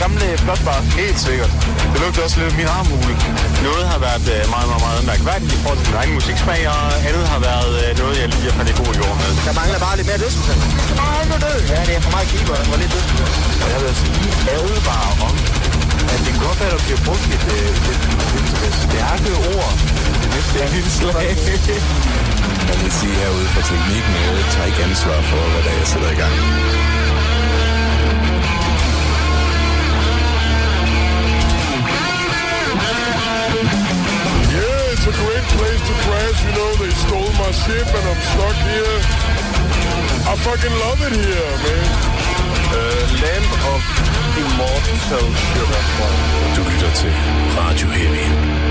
gamle flotbar. Helt sikkert. Det lugter også lidt af min armhule. Noget har været meget mærkværdigt i forhold til min egen musiksmag, og andet har været noget, jeg lige har fandt i god jord med. Der mangler bare lidt mere dødsmusik. Der mangler noget. Ja, det er for meget keeper og lidt dødsmusik. Og jeg vil sige, advare om, at det godt være, at der bliver brugt et stærke ord. Det næste er lidt slag. Jeg vil sige herude fra teknikken, jeg tager ikke ansvar for, hvad der jeg sætter i gang. Yeah, it's a great place to crash. You know, they stole my ship and I'm stuck here. I fucking love it here, man. Land of Immortal Sugar. Du lytter til Radio Heavy.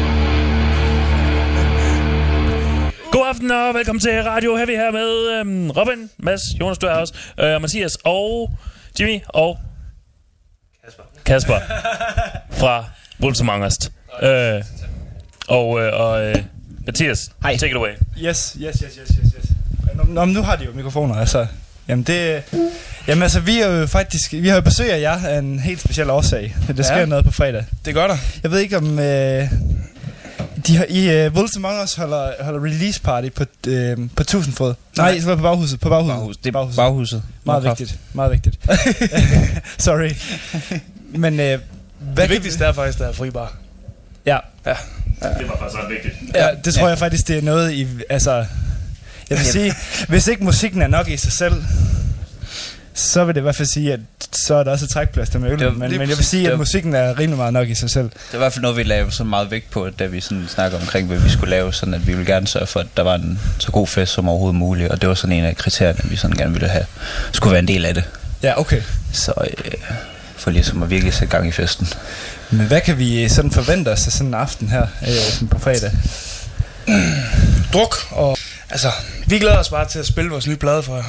God aften og velkommen til Radio Heavy her med Robin, Mads, Jonas, du er også, Mathias og Jimmy og Kasper fra Wolves Among Us. Og Mathias, Hej. take it away. Yes. Nå, nu har de jo mikrofoner, altså. Jamen altså, vi har jo besøg af jer af en helt speciel årsag. Det sker noget på fredag. Det gør der. Jeg ved ikke om de har i Wolves Among Us holder release party på Tusindfod. Nej, det var på Baghuset. Det er Baghuset. Meget vigtigt. Sorry. Men det vigtigste er faktisk, der er fri bar. Ja. Det var faktisk ret vigtigt. Ja, det tror jeg faktisk, det er noget i... Altså, jeg vil sige, hvis ikke musikken er nok i sig selv, så vil det i hvert fald sige, at så er der også et trækplads der med øl. Men jeg vil sige, at musikken er rimelig meget nok i sig selv. Det er i hvert fald noget, vi lavede så meget vægt på, da vi sådan snakker omkring, hvad vi skulle lave, sådan at vi ville gerne sørge for, at der var en så god fest som overhovedet muligt, og det var sådan en af kriterierne, vi sådan gerne ville have, skulle være en del af det. Ja, okay. Så for ligesom at virkelig sætte gang i festen. Men hvad kan vi sådan forvente os af sådan en aften her på fredag? Druk, og altså, vi glæder os bare til at spille vores nye plade for jer.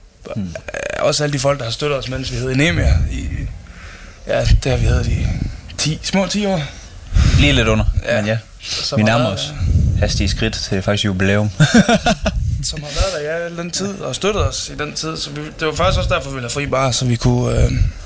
Også alle de folk, der har støttet os, mens vi hed Enemia. Det har vi heddet i små 10 år. Lige lidt under, men ja. Vi nærmer os hastige skridt til faktisk jubilæum. Som har været der i al den tid, og støttet os i den tid. Så det var faktisk også derfor, vi ville have fri bar, så vi kunne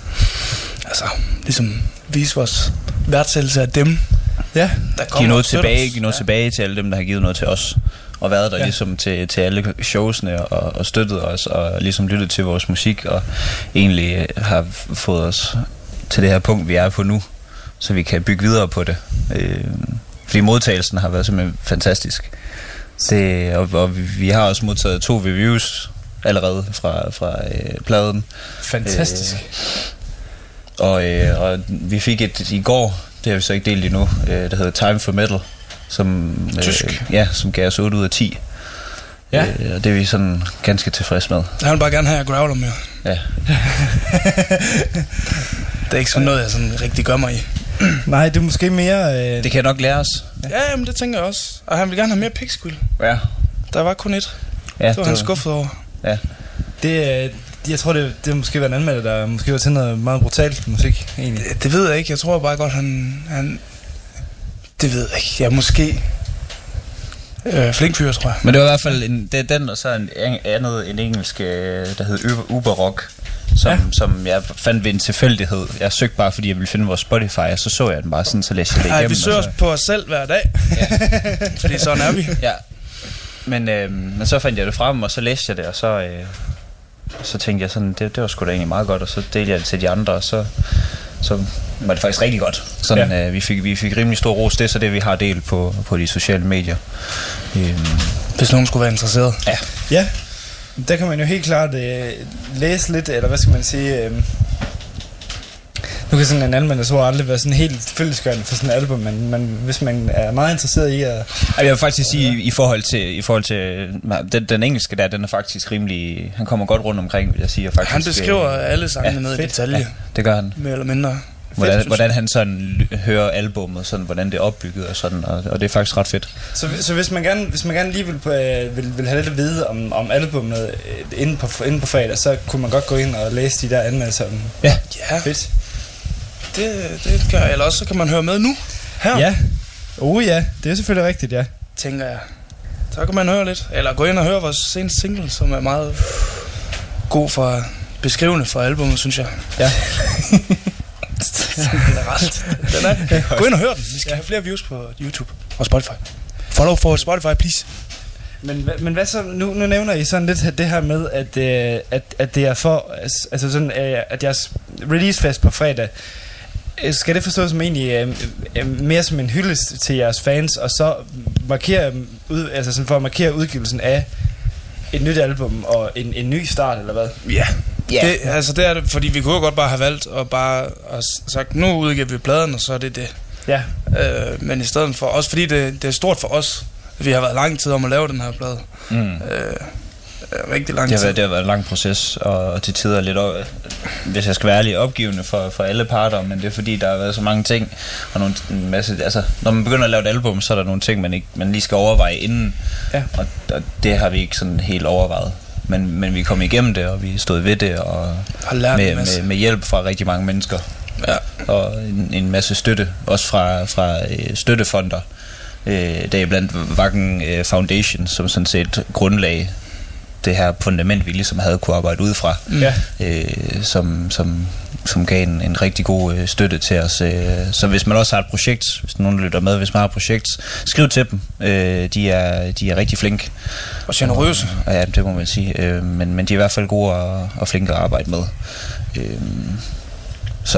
ligesom vise vores værdsættelse af dem, der kommer. Give noget tilbage til alle dem, der har givet noget til os. Og været der ligesom til alle showsene og støttet os og ligesom lyttet til vores musik og egentlig har fået os til det her punkt, vi er på nu, så vi kan bygge videre på det. Fordi modtagelsen har været simpelthen fantastisk. Og vi har også modtaget 2 reviews allerede fra pladen. Fantastisk. Og vi fik et i går, det har vi så ikke delt endnu, der hedder Time for Metal, som som gav os 8 ud af 10. Ja. Og det er vi sådan ganske tilfreds med. Jeg vil bare gerne have, at jeg growler mere. Ja. Det er ikke sådan noget, jeg sådan rigtig gør mig i. Nej, det er måske mere... Det kan jeg nok lære os. Ja, men det tænker jeg også. Og han vil gerne have mere pigskyld. Ja. Der var kun 1. Ja, det var han skuffet over. Ja. Jeg tror, det måske var en anmelder, der måske var til noget meget brutalt musik, egentlig. Det ved jeg ikke. Jeg tror bare godt, han det ved jeg ikke. Ja, måske flink fyr, tror jeg. Men det var i hvert fald det er den, og så en engelsk, der hed Uberrock, som jeg fandt ved en tilfældighed. Jeg søgte bare, fordi jeg ville finde vores Spotify, og så jeg den bare sådan, så læste jeg det igennem. Vi søger os på os selv hver dag. Fordi sådan er vi. Ja. Men så fandt jeg det frem, og så læste jeg det, og så tænkte jeg sådan, det var sgu da egentlig meget godt, og så delte jeg det til de andre, og så var det faktisk rigtig godt. Sådan, vi fik rimelig stor ros. Det er så det, vi har delt på de sociale medier. Hvis nogen skulle være interesseret. Ja, der kan man jo helt klart læse lidt, eller hvad skal man sige... Nu kan sådan en anmelders ord aldrig være sådan helt fyldestgørende for sådan et album, men hvis man er meget interesseret i at... Jeg vil faktisk sige, i forhold til den engelske der, den er faktisk rimelig... Han kommer godt rundt omkring, vil jeg sige. Faktisk, han beskriver alle sangene ned i detalje. Ja, det gør han. Mere eller mindre. Hvordan han sådan hører albummet, sådan, hvordan det er opbygget og sådan, og det er faktisk ret fedt. Så hvis man gerne lige vil have lidt at vide om albummet inden på fredag, så kunne man godt gå ind og læse de der anmeldelser. Ja. Fedt. Det kan jeg, eller også så kan man høre med nu. Her. Ja. Ja, det er selvfølgelig rigtigt, ja. Tænker jeg. Så kan man høre lidt. Eller gå ind og høre vores seneste single, som er meget god for beskrivende for albumet, synes jeg. Ja. generelt. Gå ind og hør den. Vi skal have flere views på YouTube og Spotify. Follow for Spotify, please. Men hvad så, nu nævner I sådan lidt det her med, at det er for, altså sådan, at jeres releasefest på fredag, skal det forstås som egentlig mere som en hyldest til jeres fans, og så markere altså sådan for at markere udgivelsen af et nyt album og en ny start, eller hvad? Ja. Det er det, fordi vi kunne jo godt bare have valgt og bare sagt, nu udgiver vi pladen, og så er det det. Ja. Men i stedet for, også fordi det er stort for os, vi har været lang tid om at lave den her plade. Rigtig lang tid. Det har været en lang proces, og til tider lidt, hvis jeg skal være ærlig, opgivende for alle parter, men det er fordi, der har været så mange ting, og en masse, altså, når man begynder at lave et album, så er der nogle ting, man lige skal overveje inden, og det har vi ikke sådan helt overvejet. Men vi kom igennem det, og vi stod ved det, og med hjælp fra rigtig mange mennesker. Ja. Og en masse støtte, også fra støttefonder. Der er blandt Vakken Foundation, som sådan set grundlag det her fundament, vi ligesom havde kunne arbejde ud fra, som gav en rigtig god støtte til os. Så hvis man også har et projekt, hvis nogen lytter med, hvis man har et projekt, skriv til dem. De er rigtig flinke. Og generøse. Ja, det må man sige. Men de er i hvert fald gode og flinke at arbejde med. Så...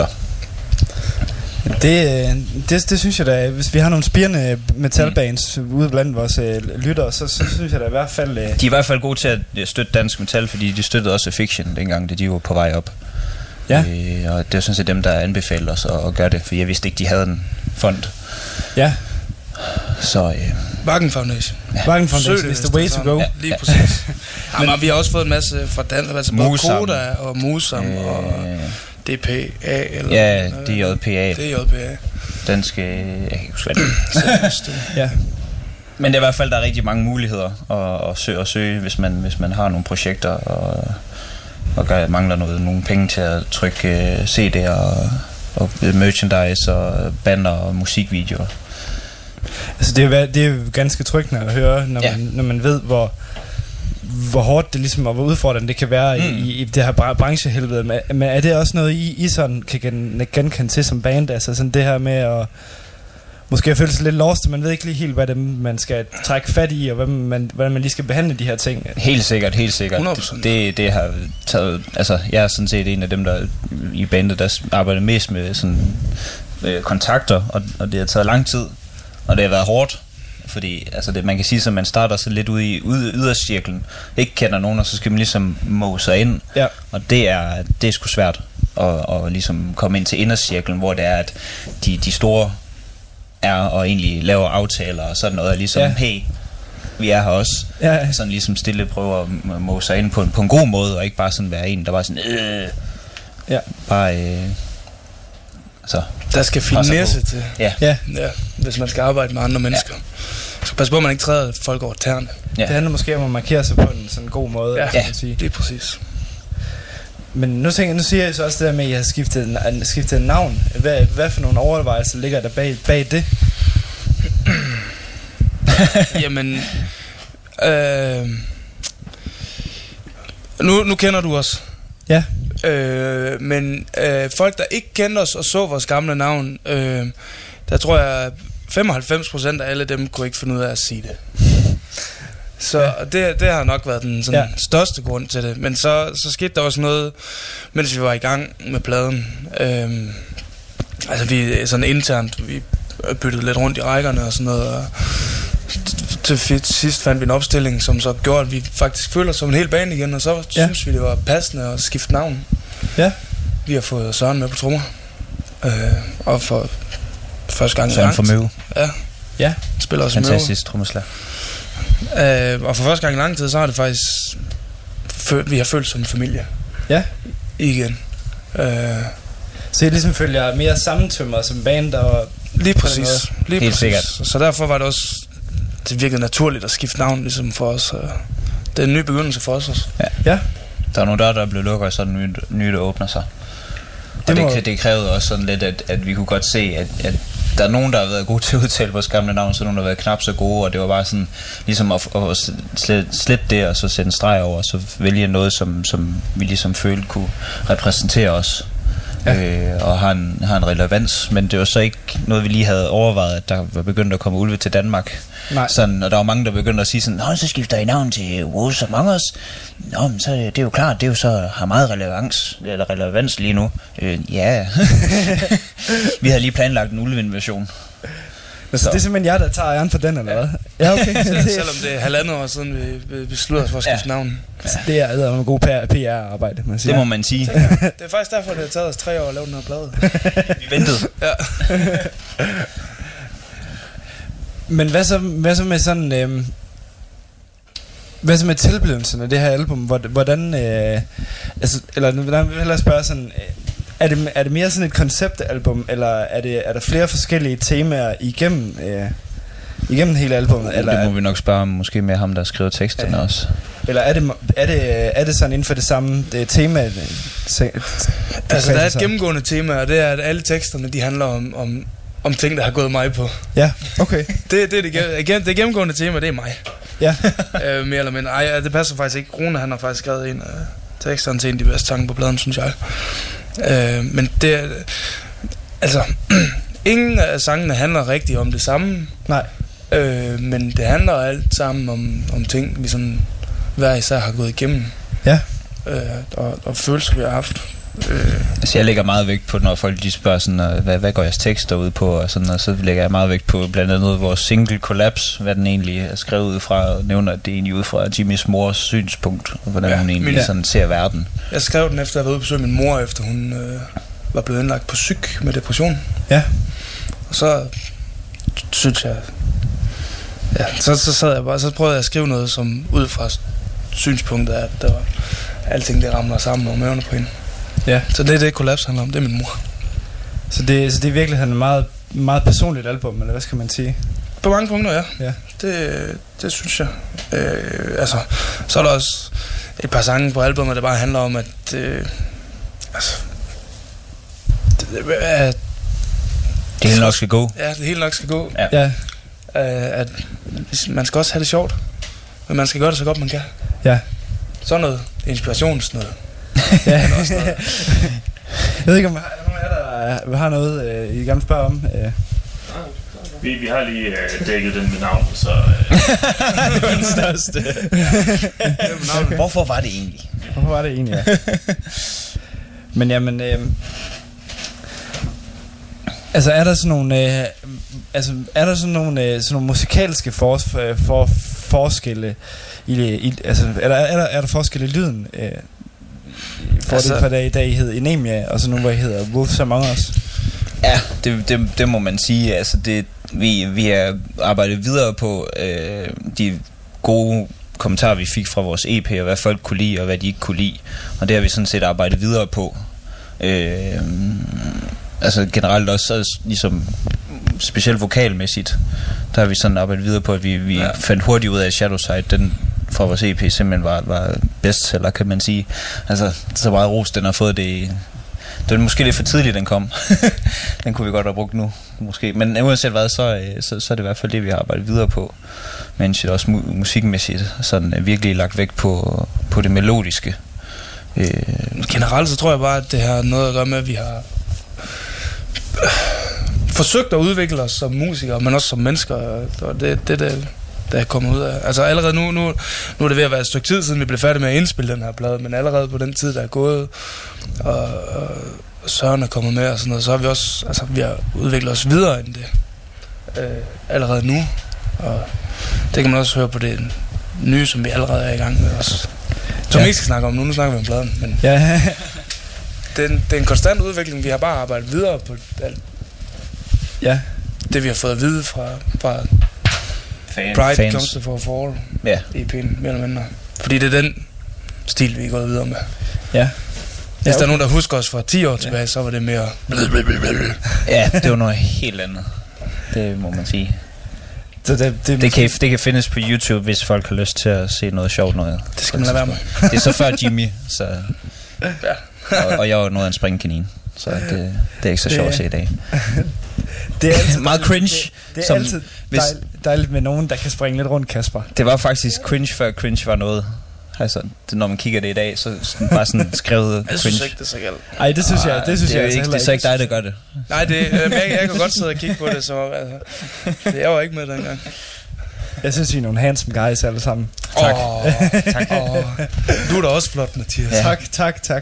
Det synes jeg da, hvis vi har nogle spirende metalbands ude blandt vores lyttere, så synes jeg da i hvert fald... De er i hvert fald gode til at støtte dansk metal, fordi de støttede også Fiction dengang, da de var på vej op. Ja. Og det er sådan set dem, der anbefalede os at gøre det, for jeg vidste ikke, de havde en fond. Ja. Så... Vakken Foundation. Ja. Vakken Foundation is the way to go. Ja, lige præcis. Men vi har også fået en masse fra Danmark, altså både Koda og Musam og... DPA eller... Ja, DJPA. DJPA. Danske... Jeg kan ikke huske, hvad ja. Men det er i hvert fald, der er rigtig mange muligheder at søge, hvis man har nogle projekter og mangler nogle penge til at trykke CD'er og merchandise og banner og musikvideoer. Altså det er jo ganske tryggende at høre, når man ved, hvor hårdt det ligesom, og hvor udfordrende det kan være i det her branchehelvede. Men er det også noget, I sådan kan genkende til som band? Altså sådan det her med at måske føle sig lidt lost, man ved ikke lige helt, hvad det man skal trække fat i, og hvordan man lige skal behandle de her ting. Helt sikkert. 100%. Det har taget... Altså, jeg er sådan set en af dem, der i bandet, der arbejder mest med sådan kontakter, og det har taget lang tid, og det har været hårdt. Fordi altså man kan sige, at man starter så lidt ude i ydercirklen, ikke kender nogen, og så skal man ligesom måge sig ind. Ja. Og det er sgu svært at ligesom komme ind til indercirklen, hvor det er, at de store er og egentlig laver aftaler og sådan noget, ligesom, hey, vi er her også. Ja. Sådan ligesom stille prøver at måge sig ind på en god måde, og ikke bare sådan være en, der bare sådan, bare... Så der skal finesse til. Ja, hvis man skal arbejde med andre mennesker. Så pas på, at man ikke træder folk over tæerne. Ja. Det handler måske om at markere sig på en sådan god måde. Ja, det er præcis. Men nu siger jeg så også det der med, at I har skiftet navn. Hvad for nogle overvejelser ligger der bag det? Jamen... Nu kender du os. Ja. Men folk, der ikke kendte os og så vores gamle navn, der tror jeg 95% af alle dem kunne ikke finde ud af at sige det. Så det har nok været den sådan største grund til det. Men så skete der også noget, mens vi var i gang med pladen. Altså vi sådan internt, vi byttede lidt rundt i rækkerne og sådan noget. Og til sidst fandt vi en opstilling, som så gjorde, at vi faktisk følte os som en hel band igen. Og så synes vi, det var passende at skifte navn. Ja. Vi har fået Søren med på trommer. Og for første gang Søren for Møve. Ja. Spiller også Møve. Fantastisk trommeslager. Og for første gang i lang tid, så har det faktisk vi har følt som en familie. Ja. Igen. Så I ligesom følger mere sammentømret som band og... Lige præcis. Helt sikkert. Så derfor var det også... Det virkede naturligt at skifte navn ligesom for os. Det er en ny begyndelse for os også. Ja. Der er nogle døre, der er blevet lukket, og så er der nye, der åbner sig. Og det krævede også sådan lidt, at vi kunne godt se, at der er nogen, der har været gode til at udtale vores gamle navn, så nogen, der har været knap så gode, og det var bare sådan, ligesom at slette det, og så sætte en streg over, og så vælge noget, som vi ligesom følte kunne repræsentere os. og har en relevans, men det var så ikke noget, vi lige havde overvejet, at der var begyndt at komme ulve til Danmark. Sådan, og der var mange, der begyndte at sige sådan, nå, så skifter I navn til Wolves Among Us. Nå, men så det er jo klart, det er jo så har meget relevans lige nu. Ja. Vi havde lige planlagt en ulve-invasion. Så det er simpelthen jer, der tager æren for den, eller hvad? Ja, okay. Selvom det er 1,5 år siden, vi besluttede os for at skifte navn. Det er en god PR-arbejde, man siger. Det må man sige. Det er faktisk derfor, det har taget os 3 år at lave den her plade. Vi ventede. Ja. Men hvad så med sådan... hvad så med tilblivelsen af det her album? Hvordan... eller hvordan vil jeg spørge sådan... Er det mere sådan et konceptalbum, eller er der flere forskellige temaer igennem hele albumet? Eller det må vi nok spørge om, måske med ham, der skriver teksterne også. Eller er det sådan inden for det samme tema? Altså, der er et gennemgående tema, og det er, at alle teksterne, de handler om ting, der har gået mig på. Ja, okay. Det gennemgående tema, det er mig. Ja. Mere eller mindre. Ej, det passer faktisk ikke. Rune, han har faktisk skrevet en af teksterne til en af de bedste sange på pladen, synes jeg. Men det altså ingen af sangene handler rigtig om det samme. Nej. Men det handler alt sammen om ting vi sådan hver især har gået igennem. Ja. Og følelser vi har haft. Altså jeg lægger meget vægt på, når folk de spørger sådan, hvad går jeres tekster ud på, og sådan, og så lægger jeg meget vægt på blandt andet vores single Collapse, hvad den egentlig er skrevet ud fra, og nævner, at det er egentlig ud fra Jimmys mors synspunkt, og hvordan hun egentlig sådan ser verden. Jeg skrev den efter at have været ude og besøge min mor, efter hun var blevet indlagt på psyk med depression. Ja. Og så synes jeg, så sad jeg bare, så prøvede jeg at skrive noget, som ud fra synspunktet, at der var alting det ramler sammen og maverne på hende. Ja. Så det er det Collapse handler om, det er min mor. Så det er virkelig et meget, meget personligt album, eller hvad skal man sige? På mange punkter, ja. Det synes jeg. Altså, så er der også et par sange på albumet, der bare handler om, at det hele nok skal gå. Ja, det hele nok skal gå. Ja. At man skal også have det sjovt, men man skal gøre det så godt man kan. Ja. Sådan noget inspirations noget. Ja. Jeg ved ikke, om der er nogen af jer, der har noget, I gerne spørge om. Vi har lige dækket den med navn, så... Det var den største. Hvorfor var det egentlig? Ja. Men jamen... altså, er der sådan nogle... sådan nogle musikalske forskelle i altså, er der forskelle i lyden? For det i dag hed Enemia, og så nu hvor I hedder Wolves Among Us. Ja, det må man sige. Altså vi har arbejdet videre på de gode kommentarer vi fik fra vores EP, og hvad folk kunne lide og hvad de ikke kunne lide, og det har vi sådan set arbejdet videre på. Altså generelt også ligesom specielt vokalmæssigt, der har vi sådan arbejdet videre på, at vi fandt hurtigt ud af, at Shadowside, den fra vores EP simpelthen var bestseller, kan man sige. Altså så meget ros den har fået, det var måske lidt for tidligt den kom. Den kunne vi godt have brugt nu måske, men uanset hvad, så er det i hvert fald det vi har arbejdet videre på, men også musikmæssigt sådan virkelig lagt vægt på det melodiske. Generelt så tror jeg bare, at det har noget at gøre med, at vi har forsøgt at udvikle os som musikere, men også som mennesker, og det er kommet ud af. Altså allerede nu er det ved at være et stykke tid siden vi blev færdige med at indspille den her plade, men allerede på den tid der er gået, og Søren er kommet med og sådan noget, så har vi også, altså vi har udviklet os videre end det allerede nu, og det kan man også høre på det nye, som vi allerede er i gang med også. Som vi ikke skal snakke om nu snakker vi om pladen, men det er en konstant udvikling. Vi har bare arbejdet videre på alt. Ja. Det vi har fået at vide fra Pride Comes to Fall, EP'en, mere eller mindre. Fordi det er den stil, vi er gået videre med. Ja. Hvis der er nogen, der husker os fra 10 år tilbage, så var det mere... Ja, det var noget helt andet. Det må man sige. Det kan findes på YouTube, hvis folk har lyst til at se noget sjovt noget. Det skal man lade være med. Det er så før Jimmy, så... og jeg var noget af en springkanin, så det er ikke så sjovt at se i dag. Det er altid meget cringe. Det er altid dejligt med nogen, der kan springe lidt rundt, Kasper. Det var faktisk cringe, før cringe var noget. Altså, når man kigger det i dag, så sådan, bare sådan skrevet cringe. Jeg synes ikke, det er så galt. Ej, det synes jeg ikke. Det er så ikke dig, der gør det. Nej, jeg kan godt sidde og kigge på det, så altså, jeg var ikke med dengang. Jeg synes, I er nogle handsome guys alle sammen. Tak. Tak. Du er da også flot, Mathias. Ja. Tak.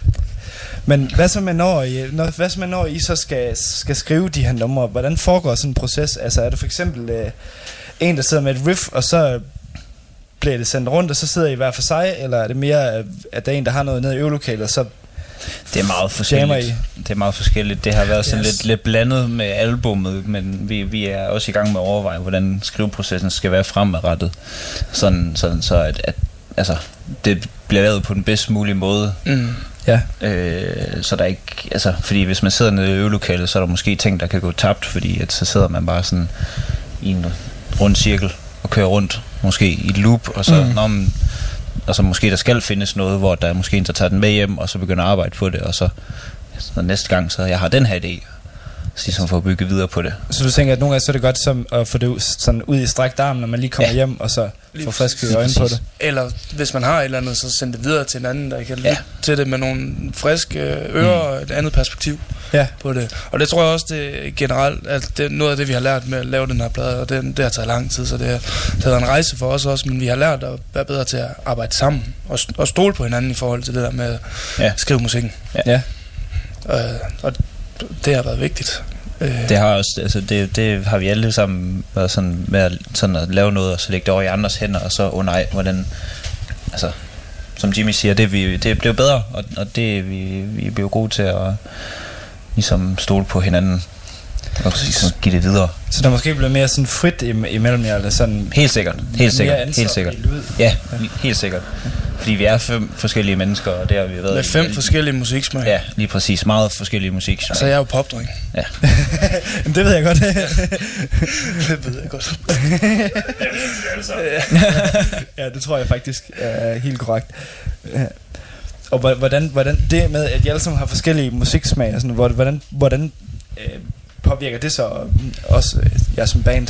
Men hvad så med når I så skal skrive de her numre? Hvordan foregår sådan en proces? Altså er det for eksempel en, der sidder med et riff, og så bliver det sendt rundt, og så sidder I hver for sig? Eller er det mere, at der er en, der har noget nede i øvelokalet, og så det er meget forskelligt. Det er meget forskelligt. Det har været sådan lidt blandet med albummet, men vi er også i gang med at overveje, hvordan skriveprocessen skal være fremadrettet. Sådan så at altså, det bliver lavet på den bedst mulige måde. Ja. Så der ikke, altså, fordi hvis man sidder nede i øvelokalet, så er der måske ting, der kan gå tabt, fordi at så sidder man bare sådan i en rund cirkel og kører rundt, måske i et loop, og så og så måske der skal findes noget, hvor der er måske en, der tager den med hjem, og så begynder at arbejde på det, og så næste gang, så jeg har den her idé, så ligesom for at bygge videre på det. Så du tænker, at nogle gange så er det godt som at få det sådan ud i strakt arm, når man lige kommer hjem, og så får friske øjne på det? Eller hvis man har et eller andet, så send det videre til en anden, der kan lytte til det med nogle friske ører og et andet perspektiv på det. Og det tror jeg også, det generelt, at det er noget af det, vi har lært med at lave den her plade, og det har taget lang tid, så det har været en rejse for os også, men vi har lært at være bedre til at arbejde sammen og stole på hinanden i forhold til det der med at skrive musikken. Ja. Og det har været vigtigt. Det har også, altså det har vi alle sammen været sådan med sådan at lave noget og så lægge det over i andres hænder, og så nej, hvordan, altså som Jimmy siger, det blev bedre, og det vi blev gode til at ligesom stole på hinanden og give det videre. Så der måske bliver mere sådan frit imellem jer, eller sådan? Helt sikkert. Ja, helt sikkert. Fordi vi er 5 forskellige mennesker, og det har vi været. Med 5 forskellige musiksmag. Ja, lige præcis. Meget forskellige musiksmag. Altså, jeg er jo popdreng. Ja. Det ved jeg godt. Det ved jeg godt. Ja, det tror jeg faktisk er helt korrekt. Og hvordan det med, at I alle sammen har forskellige musiksmag, og sådan, hvordan påvirker det så også jer som band?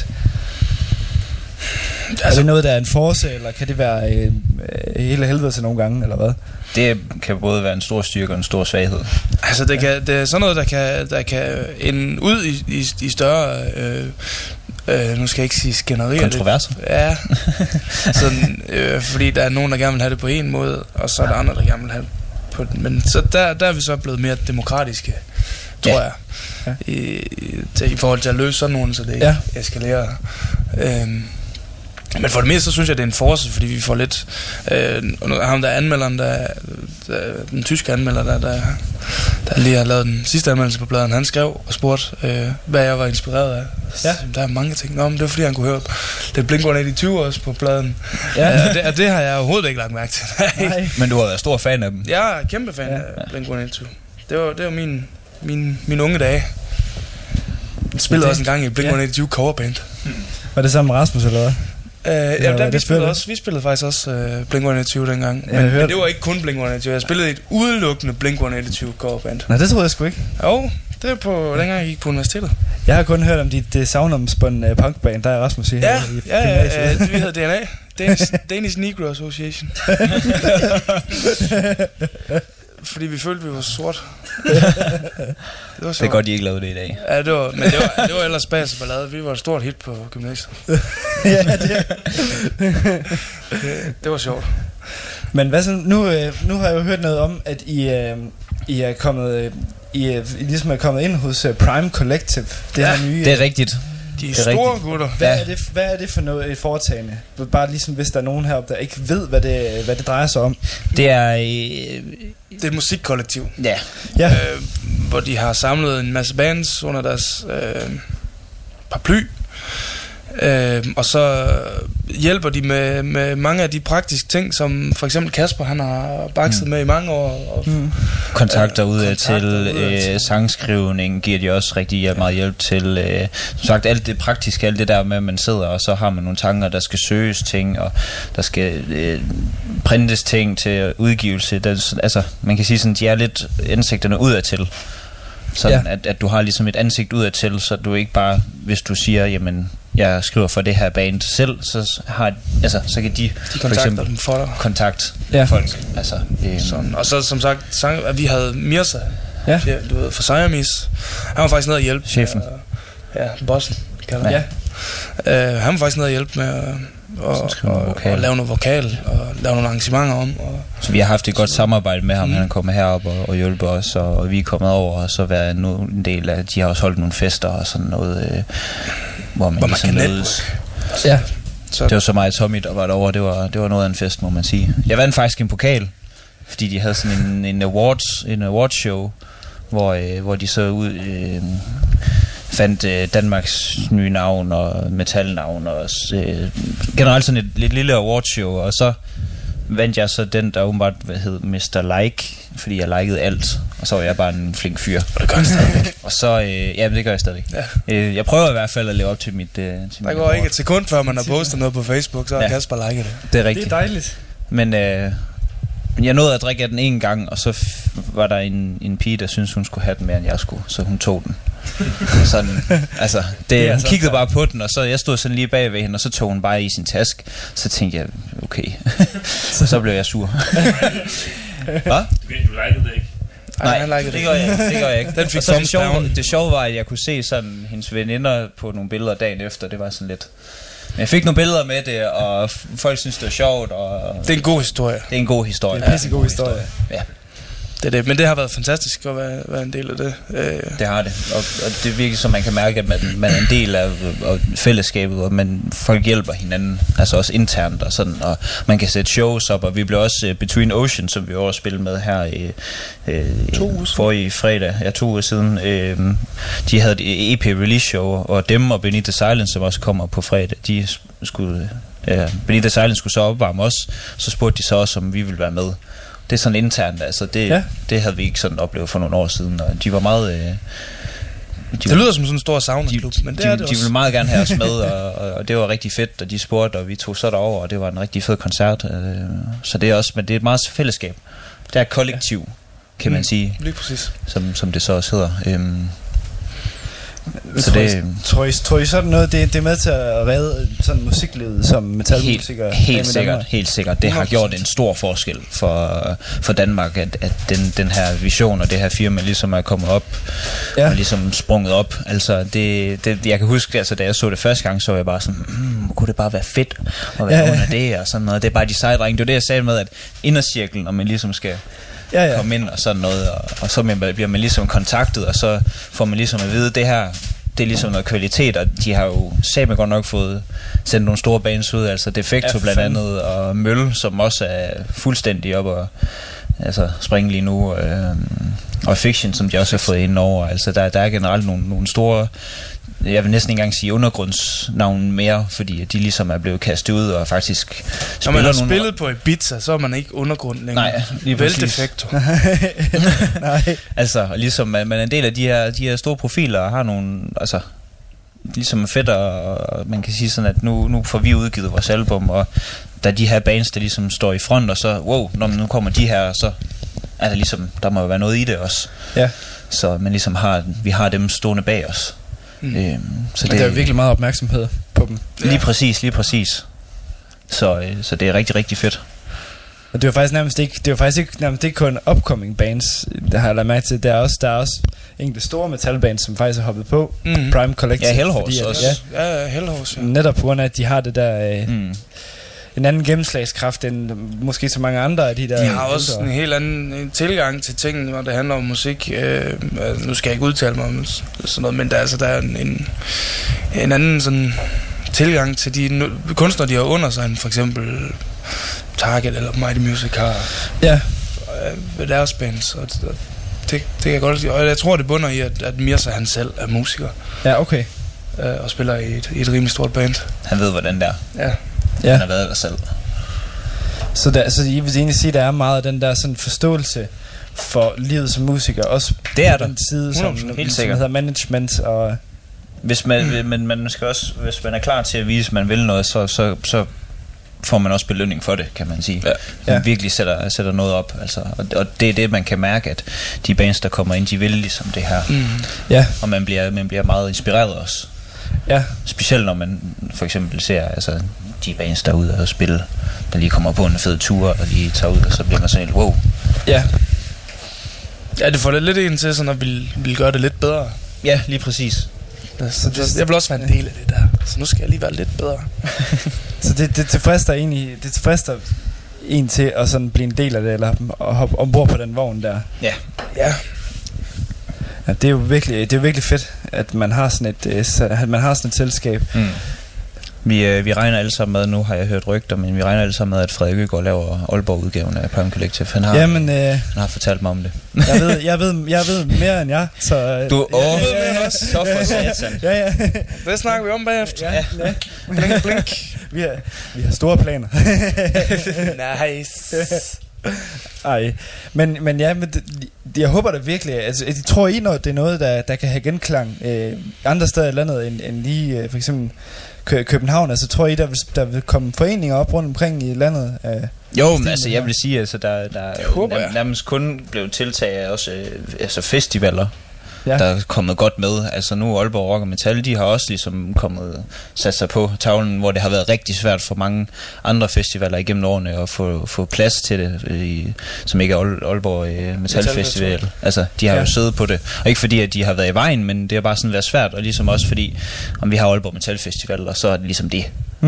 Altså, er det noget, der er en force, eller kan det være hele helvede til nogle gange, eller hvad? Det kan både være en stor styrke og en stor svaghed. Altså, det er sådan noget, der kan ende ud i større... nu skal jeg ikke sige skænderier. Kontroverser? Ja. Sådan, fordi der er nogen, der gerne vil have det på en måde, og så er der andre, der gerne vil have det på den. Men så der er vi så blevet mere demokratiske, tror jeg. Ja. I forhold til at løse sådan nogen, så det ikke eskalerer. Men for det meste, så synes jeg, det er en force, fordi vi får lidt... ham der anmelderen, den tyske anmelder, der lige har lavet den sidste anmeldelse på pladen, han skrev og spurgte, hvad jeg var inspireret af. Ja. Der er mange ting. Nå, men det var fordi, han kunne høre det Blink-182 også på pladen. Ja. Det har jeg overhovedet ikke lagt mærke til. Nej. Men du har været stor fan af dem? Jeg er kæmpe fan af Blink-182. Det var mine unge dage. Jeg spillede også en gang i Blink-182 coverband. Var det sammen med Rasmus, eller hvad? Vi spillede faktisk også Blink-182 dengang. Men det var ikke kun Blink-182. Jeg spillede et udelukkende Blink-182 coverband. Nej, det troede jeg sgu ikke. Jo, det er på dengang jeg gik på universitetet. Jeg har kun hørt om det savnomspundne punkband, der er Rasmus i Ja, vi hedder DNA. Danish Negro Association. Fordi vi følte, vi var sort. Det er godt, de ikke lavede det i dag. Ja, det var ellers spas og ballade. Vi var et stort hit på gymnasiet. Det var sjovt. Men hvad så, nu har jeg jo hørt noget om, at I er kommet... I ligesom er kommet ind hos Prime Collective. Det her nye... Det er rigtigt. De er store gutter. Hvad er det for noget et foretagende? Bare ligesom hvis der er nogen heroppe, der ikke ved, hvad det drejer sig om. Det er et musikkollektiv. Ja. Hvor de har samlet en masse bands under deres paraply. Og så hjælper de med mange af de praktiske ting, som for eksempel Kasper, han har bakset med i mange år. Og kontakter ud til sangskrivning giver de også rigtig meget hjælp til. Som sagt, alt det praktiske, alt det der med, at man sidder, og så har man nogle tanker, der skal søges ting, og der skal printes ting til udgivelse. Altså, man kan sige sådan, de er lidt indsigterne udadtil. Sådan at du har ligesom et ansigt udadtil, så du ikke bare, hvis du siger, jamen jeg skriver for det her band selv, så har så kan de kontakter dem for dig. Kontakt folk. Altså, sådan. Og så som sagt, at vi havde Mirza, du ved, fra Siamese. Han var faktisk nede at hjælpe. Chefen. Bossen, kalder han. Ja. Han var faktisk nede at hjælpe med at lave noget vokal og lave nogle arrangementer om. Så vi har haft et godt samarbejde med ham. Han er kommet herop og hjulpet os, og vi er kommet over og så været en del af. De har også holdt nogle fester og sådan noget, hvor man ligesom kan mødes. Ja. Så det var så meget Tommy, der var derovre. Det var noget af en fest, må man sige. Jeg vandt faktisk en pokal, fordi de havde sådan en awards-show, hvor de så ud fandt Danmarks nye navn og metalnavn og generelt sådan et lidt lille awardshow, og så vandt jeg så den, der åbenbart hed Mr. Like, fordi jeg likede alt, og så var jeg bare en flink fyr. Og det gør jeg stadigvæk. Og så, det gør jeg stadigvæk. Ja. Jeg prøver i hvert fald at leve op til mit der går ikke et sekund, før man har postet noget på Facebook, så har Kasper liket det. Det er rigtigt. Det er dejligt. Men jeg nåede at drikke af den en gang, og så var der en pige, der syntes, hun skulle have den mere, end jeg skulle, så hun tog den. Sådan, altså, hun kiggede bare på den, og så jeg stod sådan lige bag ved hende, og så tog hun bare i sin task. Så tænkte jeg, okay. Så blev jeg sur. Hvad? Du likede det ikke? Nej, det gør jeg ikke. Den fik det sjove var, at jeg kunne se sådan hendes veninder på nogle billeder dagen efter. Det var sådan lidt. Men jeg fik nogle billeder med det, og folk synes det var sjovt. Og det er en god historie. Det er en god historie. Det er en pissegod historie. Ja. Det. Men det har været fantastisk at være en del af det. Det har det. Og det er virkelig, som man kan mærke, at man er en del af fællesskabet, og folk hjælper hinanden, altså også internt og sådan, og man kan sætte shows op, og vi blev også Between Oceans, som vi også spillede med her forrige fredag, 2 uger siden. De havde et EP release show, og dem og Beneath the Silence, som også kommer på fredag, de skulle Beneath the Silence skulle så opvarme os, så spurgte de så også, om vi ville være med. Det er sådan internt, altså det havde vi ikke sådan oplevet for nogle år siden, og de var meget det lyder som sådan en stor sauna-klub, men det er det også. De ville meget gerne have os med, og det var rigtig fedt, og de spurgte, og vi tog så derover, og det var en rigtig fed koncert. Så det er også, men det er et meget fællesskab. Det er kollektiv, kan man sige. Lige præcis. Som det så også hedder. Så tror I sådan noget, det er med til at redde sådan musiklivet som metalmusikere? Helt sikkert. Det har gjort en stor forskel for Danmark, at den her vision og det her firma ligesom er kommet op og ligesom sprunget op. Altså jeg kan huske, altså da jeg så det første gang, så var jeg bare sådan, kunne det bare være fedt at være under det og sådan noget. Det er bare de sejdrenge. Det var det, jeg sagde med, at indercirklen, når man ligesom skal komme ind og sådan noget, og så bliver man ligesom kontaktet, og så får man ligesom at vide, det her, det er ligesom noget kvalitet, og de har jo sammen godt nok fået sendt nogle store bands ud, altså Defecto blandt andet, og Møl, som også er fuldstændig op og springe lige nu, og Fiction, som de også har fået ind over, altså der er generelt nogle store, jeg vil næsten ikke engang sige undergrundsnavn mere, fordi de ligesom er blevet kastet ud og faktisk når man har spillet på Ibiza, så er man ikke undergrund længere. Nej, lige præcis. Defecto. Nej. Altså, ligesom man er en del af de her store profiler og har nogle, altså ligesom fedt, og man kan sige sådan, at nu får vi udgivet vores album, og der de her bands, der ligesom står i front, og så, nu kommer de her, så er der ligesom, der må være noget i det også. Ja. Så man ligesom vi har dem stående bag os. Så der er virkelig meget opmærksomhed på dem. Lige præcis. Så det er rigtig, rigtig fedt. Og det var faktisk nærmest ikke kun upcoming bands, der har jeg lagt mærke til. Der er også enkelte store metalbands, som faktisk har hoppet på. Prime Collective. Ja, Hellhorse også. Ja, Hellhorse. Ja. Netop på grund af, at de har det der en anden gennemslagskraft end måske så mange andre af de der. De har også en helt anden tilgang til tingene, når det handler om musik. Nu skal jeg ikke udtale mig om sådan noget, men der er en anden sådan tilgang til de kunstnere, de har under sig, end for eksempel Target eller Mighty Music har ved deres bands. Og det kan jeg godt lide. Og jeg tror, det bunder i, at Mirza han selv er musiker. Ja, okay. Og spiller i et rimelig stort band. Han ved, hvordan det er. Ja. Han har været der selv. Så I vil egentlig sige, at der er meget af den der sådan forståelse for livet som musiker, også det er der. Den side, som hedder management. Og hvis man skal også, hvis man er klar til at vise, at man vil noget, så får man også belønning for det, kan man sige. Ja. Man virkelig sætter noget op, altså, og det er det, man kan mærke, at de bands, der kommer ind, de vil ligesom det her. Ja. Og man bliver meget inspireret også. Ja. Specielt når man for eksempel ser altså, de bands, der er ude og spille, der lige kommer på en fed tur, og lige tager ud, og så bliver man sådan helt, wow. Ja. Ja, det får det lidt en til, sådan at vil gøre det lidt bedre. Ja, lige præcis. Jeg vil også være en del af det der, så nu skal jeg lige være lidt bedre. Så det tilfredster en til at sådan blive en del af det, eller at hoppe ombord på den vogn der. Ja. Ja. Ja, det er jo virkelig fedt, at man har sådan et selskab. Vi regner alle sammen med, nu har jeg hørt rygter, men vi regner alle sammen med, at Frederik Øgaard laver Aalborg-udgaven af Prime Collective. Han har fortalt mig om det. Jeg ved mere end jeg, så... Du så for satan. Ja. Det snakker vi om bagefter. Ja. Blink. Vi har store planer. Nice. Ej, men jeg håber det virkelig. Altså, jeg tror det er noget, der kan have genklang andre steder i landet end lige for eksempel København. Altså tror I, der vil komme foreninger op rundt omkring i landet? Jo, men altså jeg vil sige, altså der er nærmest kun blevet tiltaget også altså festivaler. Ja. Der er kommet godt med. Altså nu Aalborg Rock og Metal, de har også ligesom sat sig på tavlen, hvor det har været rigtig svært for mange andre festivaler igennem årene at få plads til det, som ikke er Aalborg Metal Festival. Altså de har jo siddet på det. Og ikke fordi, at de har været i vejen, men det har bare sådan været svært. Og ligesom også fordi, om vi har Aalborg Metal Festival, og så er det ligesom det.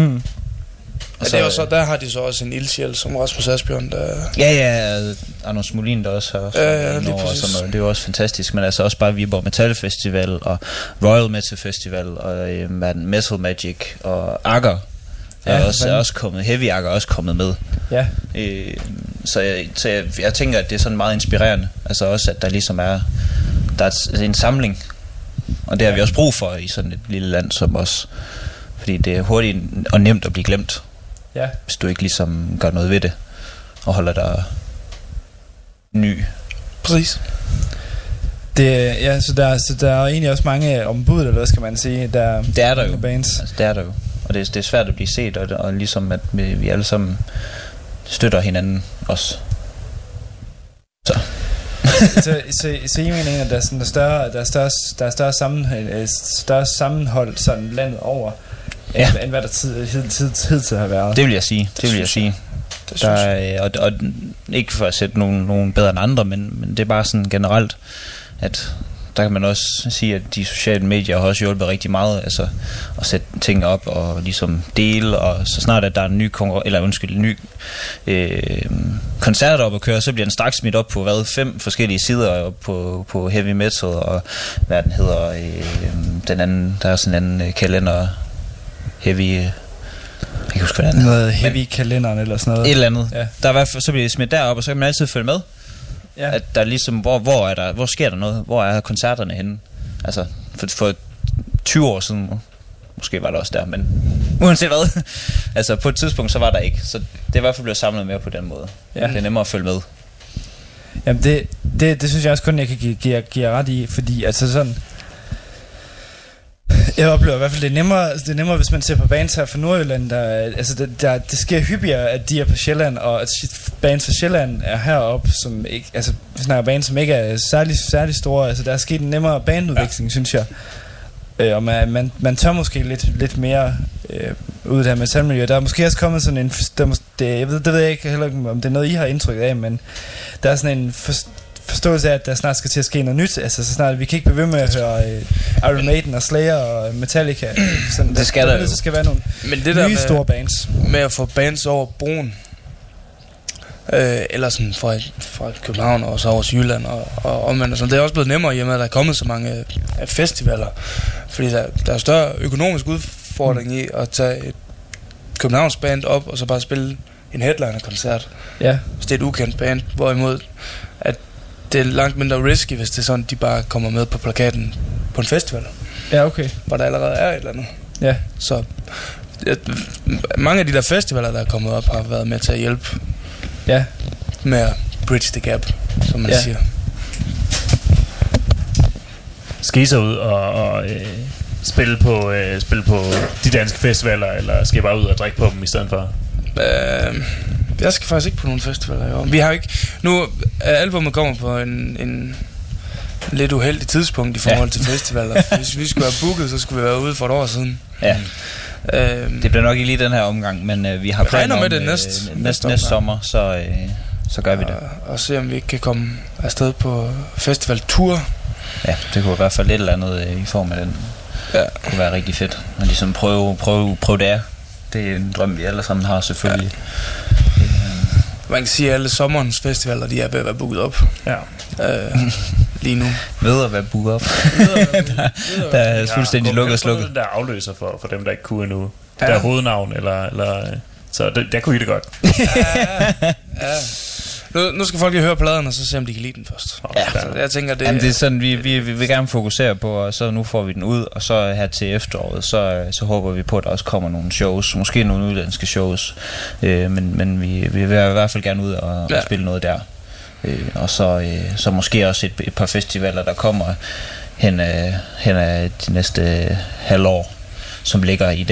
Og det er så, der har de så også en ildsjæl som Rasmus Asbjørn, der... Ja, Anders Molin, der også har det er jo også fantastisk. Men altså også bare Viborg Metal Festival og Royal Metal Festival og Metal Magic og Akker er også kommet. Heavy Akker er også kommet med. Ja. Så jeg tænker, at det er sådan meget inspirerende. Altså også, at der ligesom der er en samling. Og det har vi også brug for i sådan et lille land som os. Fordi det er hurtigt og nemt at blive glemt. Ja. Hvis du ikke ligesom gør noget ved det og holder dig ny. Præcis. Så der er egentlig også mange ombud, eller hvad skal man sige? Det er der jo. Bands. Altså, det er der jo. Og det er svært at blive set, og ligesom at vi alle sammen støtter hinanden også. Så I mener, at der er større sammenhold sådan landet over, end hvad der hidtil har været. Det vil jeg sige. Og ikke for at sætte nogen bedre end andre, men det er bare sådan generelt, at der kan man også sige, at de sociale medier har også hjulpet rigtig meget, altså at sætte ting op og ligesom dele, og så snart at der er en ny koncert op at køre, så bliver den straks smidt op på 5 forskellige sider på heavy metal, og hvad den hedder, den anden, der er sådan en anden kalender, heavy, jeg kan huske hvad den er. Noget heavy kalenderen eller sådan noget. Et eller andet. Ja. Der er i hvert fald, så bliver det smidt derop, og så kan man altid følge med. Ja. At der ligesom, hvor sker der noget? Hvor er koncerterne henne? Altså, for 20 år siden, måske var der også der, men uanset hvad. Altså, på et tidspunkt, så var der ikke. Så det er i hvert fald blevet samlet mere på den måde. Ja. Det er nemmere at følge med. Jamen, det synes jeg også kun, jeg kan give ret i, fordi altså sådan... Jeg oplever i hvert fald, det er nemmere, hvis man ser på bands her fra Nordjylland. Det sker hyppigere, at de er på Sjælland, og at bands fra Sjælland er heroppe, som ikke, altså vi snakker bands, som ikke er særlig store. Altså der er sket en nemmere bandudveksling, synes jeg. Og man tør måske lidt mere ud af det her metalmiljø. Der er måske også kommet sådan en... det ved jeg ikke heller, om det er noget, I har indtryk af, men der er sådan en... forståelse af, at der snart skal til at ske noget nyt. Altså så snart, vi kan ikke blive ved med at høre Iron Maiden og Slayer og Metallica. Sådan, det skal der jo. Så skal være nogle nye store bands. Med at få bands over broen, eller sådan fra København og så over til Jylland og omvendt. Det er også blevet nemmere, i og med at der er kommet så mange festivaler. Fordi der er større økonomisk udfordring i at tage et Københavns band op og så bare spille en headliner-koncert. Ja. Hvis det er et ukendt band. Hvorimod at det er langt mindre risky, hvis det er sådan, de bare kommer med på plakaten på en festival. Ja, okay. Hvor der allerede er et eller andet. Ja. Så mange af de der festivaler, der er kommet op, har været med til at hjælpe. Ja. Med at bridge the gap, som man siger. Skal I så ud og spille på de danske festivaler, eller skal I bare ud og drikke på dem i stedet for? Jeg skal faktisk ikke på nogen festivaler i år. Vi har ikke... Nu, albumet kommer på en lidt uheldig tidspunkt i forhold til festivaler. Hvis vi skulle have booket, så skulle vi være ude for et år siden. Ja. Det bliver nok ikke lige den her omgang, men vi har planer med om det næste sommer, så gør vi det. Og se om vi ikke kan komme afsted på festivaltur. Ja, det kunne i hvert fald lidt eller andet i form af den. Ja. Det kunne være rigtig fedt. Og ligesom prøve det af. Det er en drøm, vi alle sammen har selvfølgelig. Ja. Man kan sige, at alle sommerens festivaler, de er ved at være booket op. Ja. Lige nu. Ved at være booket op. der er fuldstændig lukket og slukket. Der afløser for dem, der ikke kunne endnu. Det der hovednavn, eller så der kunne I det godt. Ja. Nu skal folk lige høre pladen, og så se om de kan lide den først. Ja. Så jeg tænker, det... Jamen, det er sådan, vi vil gerne fokusere på, og så nu får vi den ud, og så her til efteråret, så håber vi på, at der også kommer nogle shows, måske nogle udlandske shows, men vi vil i hvert fald gerne ud og spille noget der. Og så måske også et par festivaler, der kommer hen af de næste halvår, som ligger i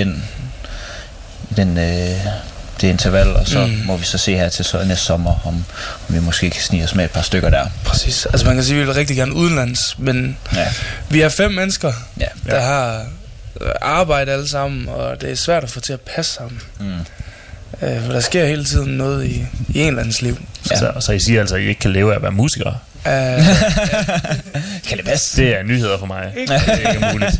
det interval, og så må vi så se her til så næste sommer, om vi måske kan snige os med et par stykker der. Præcis. Altså man kan sige, at vi vil rigtig gerne udenlands, men vi er 5 mennesker, der har arbejde alle sammen, og det er svært at få til at passe sammen. For der sker hele tiden noget i en eller andens liv. Så I siger altså, at I ikke kan leve af at være musikere? Kan det passe? Det er nyheder for mig. Det er ikke muligt.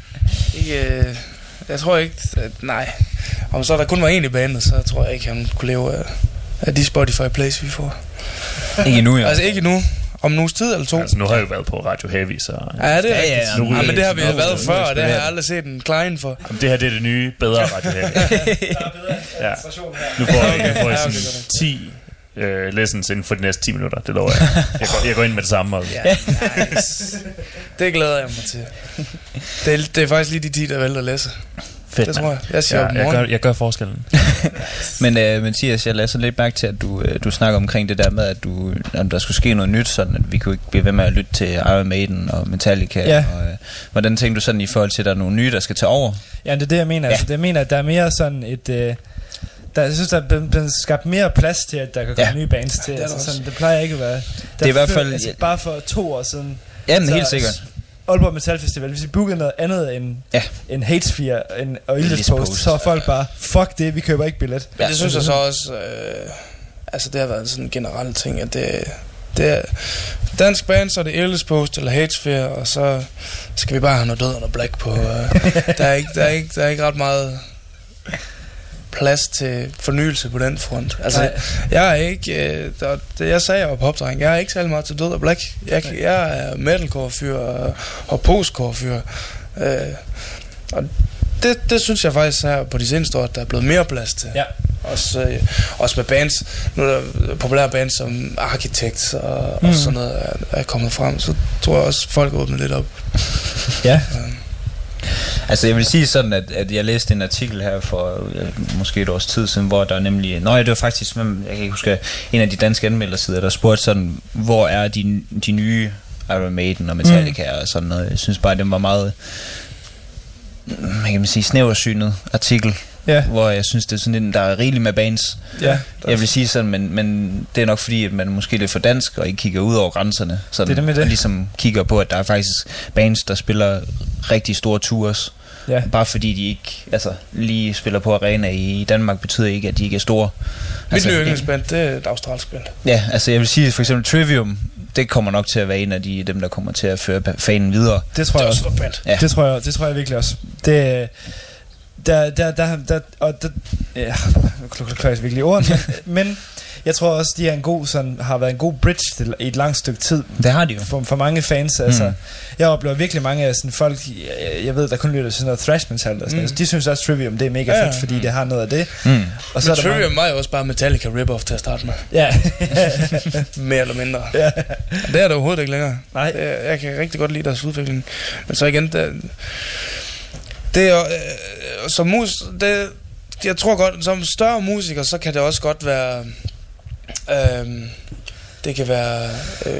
Jeg tror ikke, nej. Om så der kun var en i bandet, så tror jeg ikke, han kunne leve af de Spotify plays, vi får. Ikke endnu, ja. Altså ikke endnu. Om en uges tid eller 2. Altså nu har jeg jo været på Radio Heavy, så... Ja, det er rigtigt. Men det har vi jo været før, og det har jeg aldrig set en client for. Jamen, det her, det er det nye, bedre Radio Heavy. Der er bedre administration her. Nu får I sådan 10 lessons inden for de næste 10 minutter, det lover jeg. Jeg går ind med det samme. Og... Ja, nice. Det glæder jeg mig til. Det er faktisk lige de 10, der vælter at læse. Fedt, det tror jeg. Jeg gør forskellen. Men Mathias, jeg lader så lidt mærke til, at du snakker omkring det der med, at der skulle ske noget nyt, sådan at vi kunne ikke blive ved med at lytte til Iron Maiden og Metallica. Ja. Og, hvordan tænker du sådan i forhold til, at der er nogle nye, der skal tage over? Ja, det er det, jeg mener. Ja. Altså, jeg mener, at der er mere sådan et... jeg synes, der er blevet skabt mere plads til, at der kan komme nye bands til. Ja, altså, sådan, det plejer ikke at være. Det er i hvert fald... Altså, bare for 2 år siden... Ja, men helt sikkert. Aalborg Metal Festival, hvis vi bookede noget andet end Hatesphere og Ildes Post, så er folk bare, fuck det, vi køber ikke billet. Ja, det synes jeg så også, altså det har været sådan en generel ting, at det er dansk band, så er det Ildes Post eller Hatesphere, og så skal vi bare have noget død og noget black på. Der er ikke ret meget plads til fornyelse på den front. Altså, jeg er ikke... jeg sagde jo på opdreng, jeg er ikke særlig meget til død og black. Jeg er metalcore-fyr og postcore-fyr. Og det synes jeg faktisk her på de seneste år, at der er blevet mere plads til. Ja. Også med bands. Nu er der populære bands som Architects og sådan noget er kommet frem. Så tror jeg også, folk åbner lidt op. Ja. Altså jeg vil sige sådan, at jeg læste en artikel her for måske et års tid siden, hvor der nemlig... det var faktisk, jeg kan ikke huske, en af de danske anmeldersider, der spurgte sådan, hvor er de nye Iron Maiden og Metallica og sådan noget. Jeg synes bare, det var meget, man kan sige, snæversynet artikel. Yeah. Hvor jeg synes, det er sådan en, der er rigeligt med bands. Yeah, jeg vil sige sådan, men det er nok fordi, at man måske er lidt for dansk og ikke kigger ud over grænserne. Sådan, det og ligesom kigger på, at der er faktisk bands, der spiller rigtig store tours. Yeah. Bare fordi de ikke lige spiller på arena i Danmark, betyder ikke, at de ikke er store. Mit nye yndlingsband, det er et australsk band. Ja, altså jeg vil sige, for eksempel Trivium, det kommer nok til at være en af dem, der kommer til at føre fanen videre. Det tror jeg også. Ja. Det tror jeg virkelig også. Det... Der klarer jeg virkelig ord, men jeg tror også, de er har været en god bridge til et langt stykke tid. Det har de jo. For mange fans, altså. Jeg oplever virkelig mange af sådan folk, jeg ved, der kun lytter til sådan noget thrash metal og sådan. Altså, de synes også, Trivium, det er mega fedt, fordi det har noget af det. Og så Trivium er jo også bare Metallica rip-off til at starte med. Ja. Mere eller mindre. Ja. Det er det overhovedet ikke længere. Nej. Jeg kan rigtig godt lide deres udvikling. Men så igen, det er som jeg tror godt, som større musiker, så kan det også godt være det kan være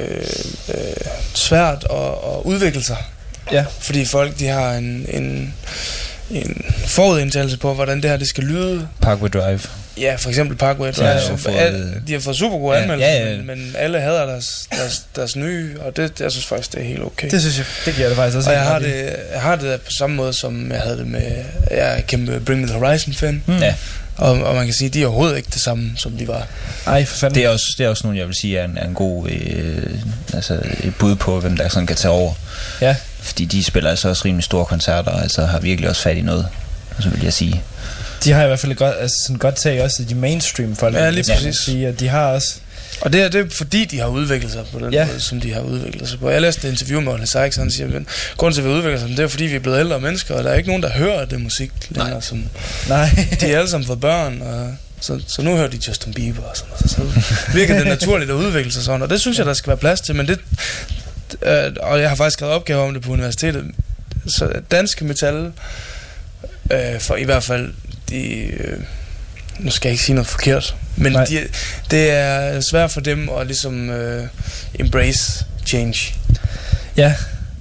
svært at udvikle sig. Ja. Fordi folk, de har en forudindtagelse på, hvordan det her det skal lyde. Parkway Drive. Ja, for eksempel Parkway Drive. De har fået super gode anmeldelser, men alle hader deres nye, og det, jeg synes faktisk, det er helt okay. Det synes jeg, det giver det faktisk også. Og jeg har det på samme måde, som jeg havde det med, jeg er kæmpe Bring Me The Horizon-fan. Ja. Og man kan sige, de er overhovedet ikke det samme, som de var. Ej, for fanden. Det er også nogen, jeg vil sige, er en god et bud på, hvem der sådan kan tage over. Ja. Fordi de spiller altså også rimelig store koncerter, og altså har virkelig også fat i noget, så vil jeg sige. De har i hvert fald sådan godt tag også de mainstream folk. Ja, lige præcis. Sige, at de har også. Og det er fordi, de har udviklet sig på den måde, som de har udviklet sig på. Jeg læste et interview med Ole Sykes, han siger, at grunden til, at vi udvikler sig, det er fordi, vi er blevet ældre mennesker, og der er ikke nogen, der hører det musik længere. Nej. De er alle sammen fået børn, og så nu hører de Justin Bieber og sådan noget. Så virker det naturligt at udvikle sig sådan, og det synes jeg, der skal være plads til, men det... og jeg har faktisk skrevet opgaver om det på universitetet. Så danske metal, for i hvert fald de... nu skal jeg ikke sige noget forkert, men det er svært for dem at ligesom embrace change. Ja.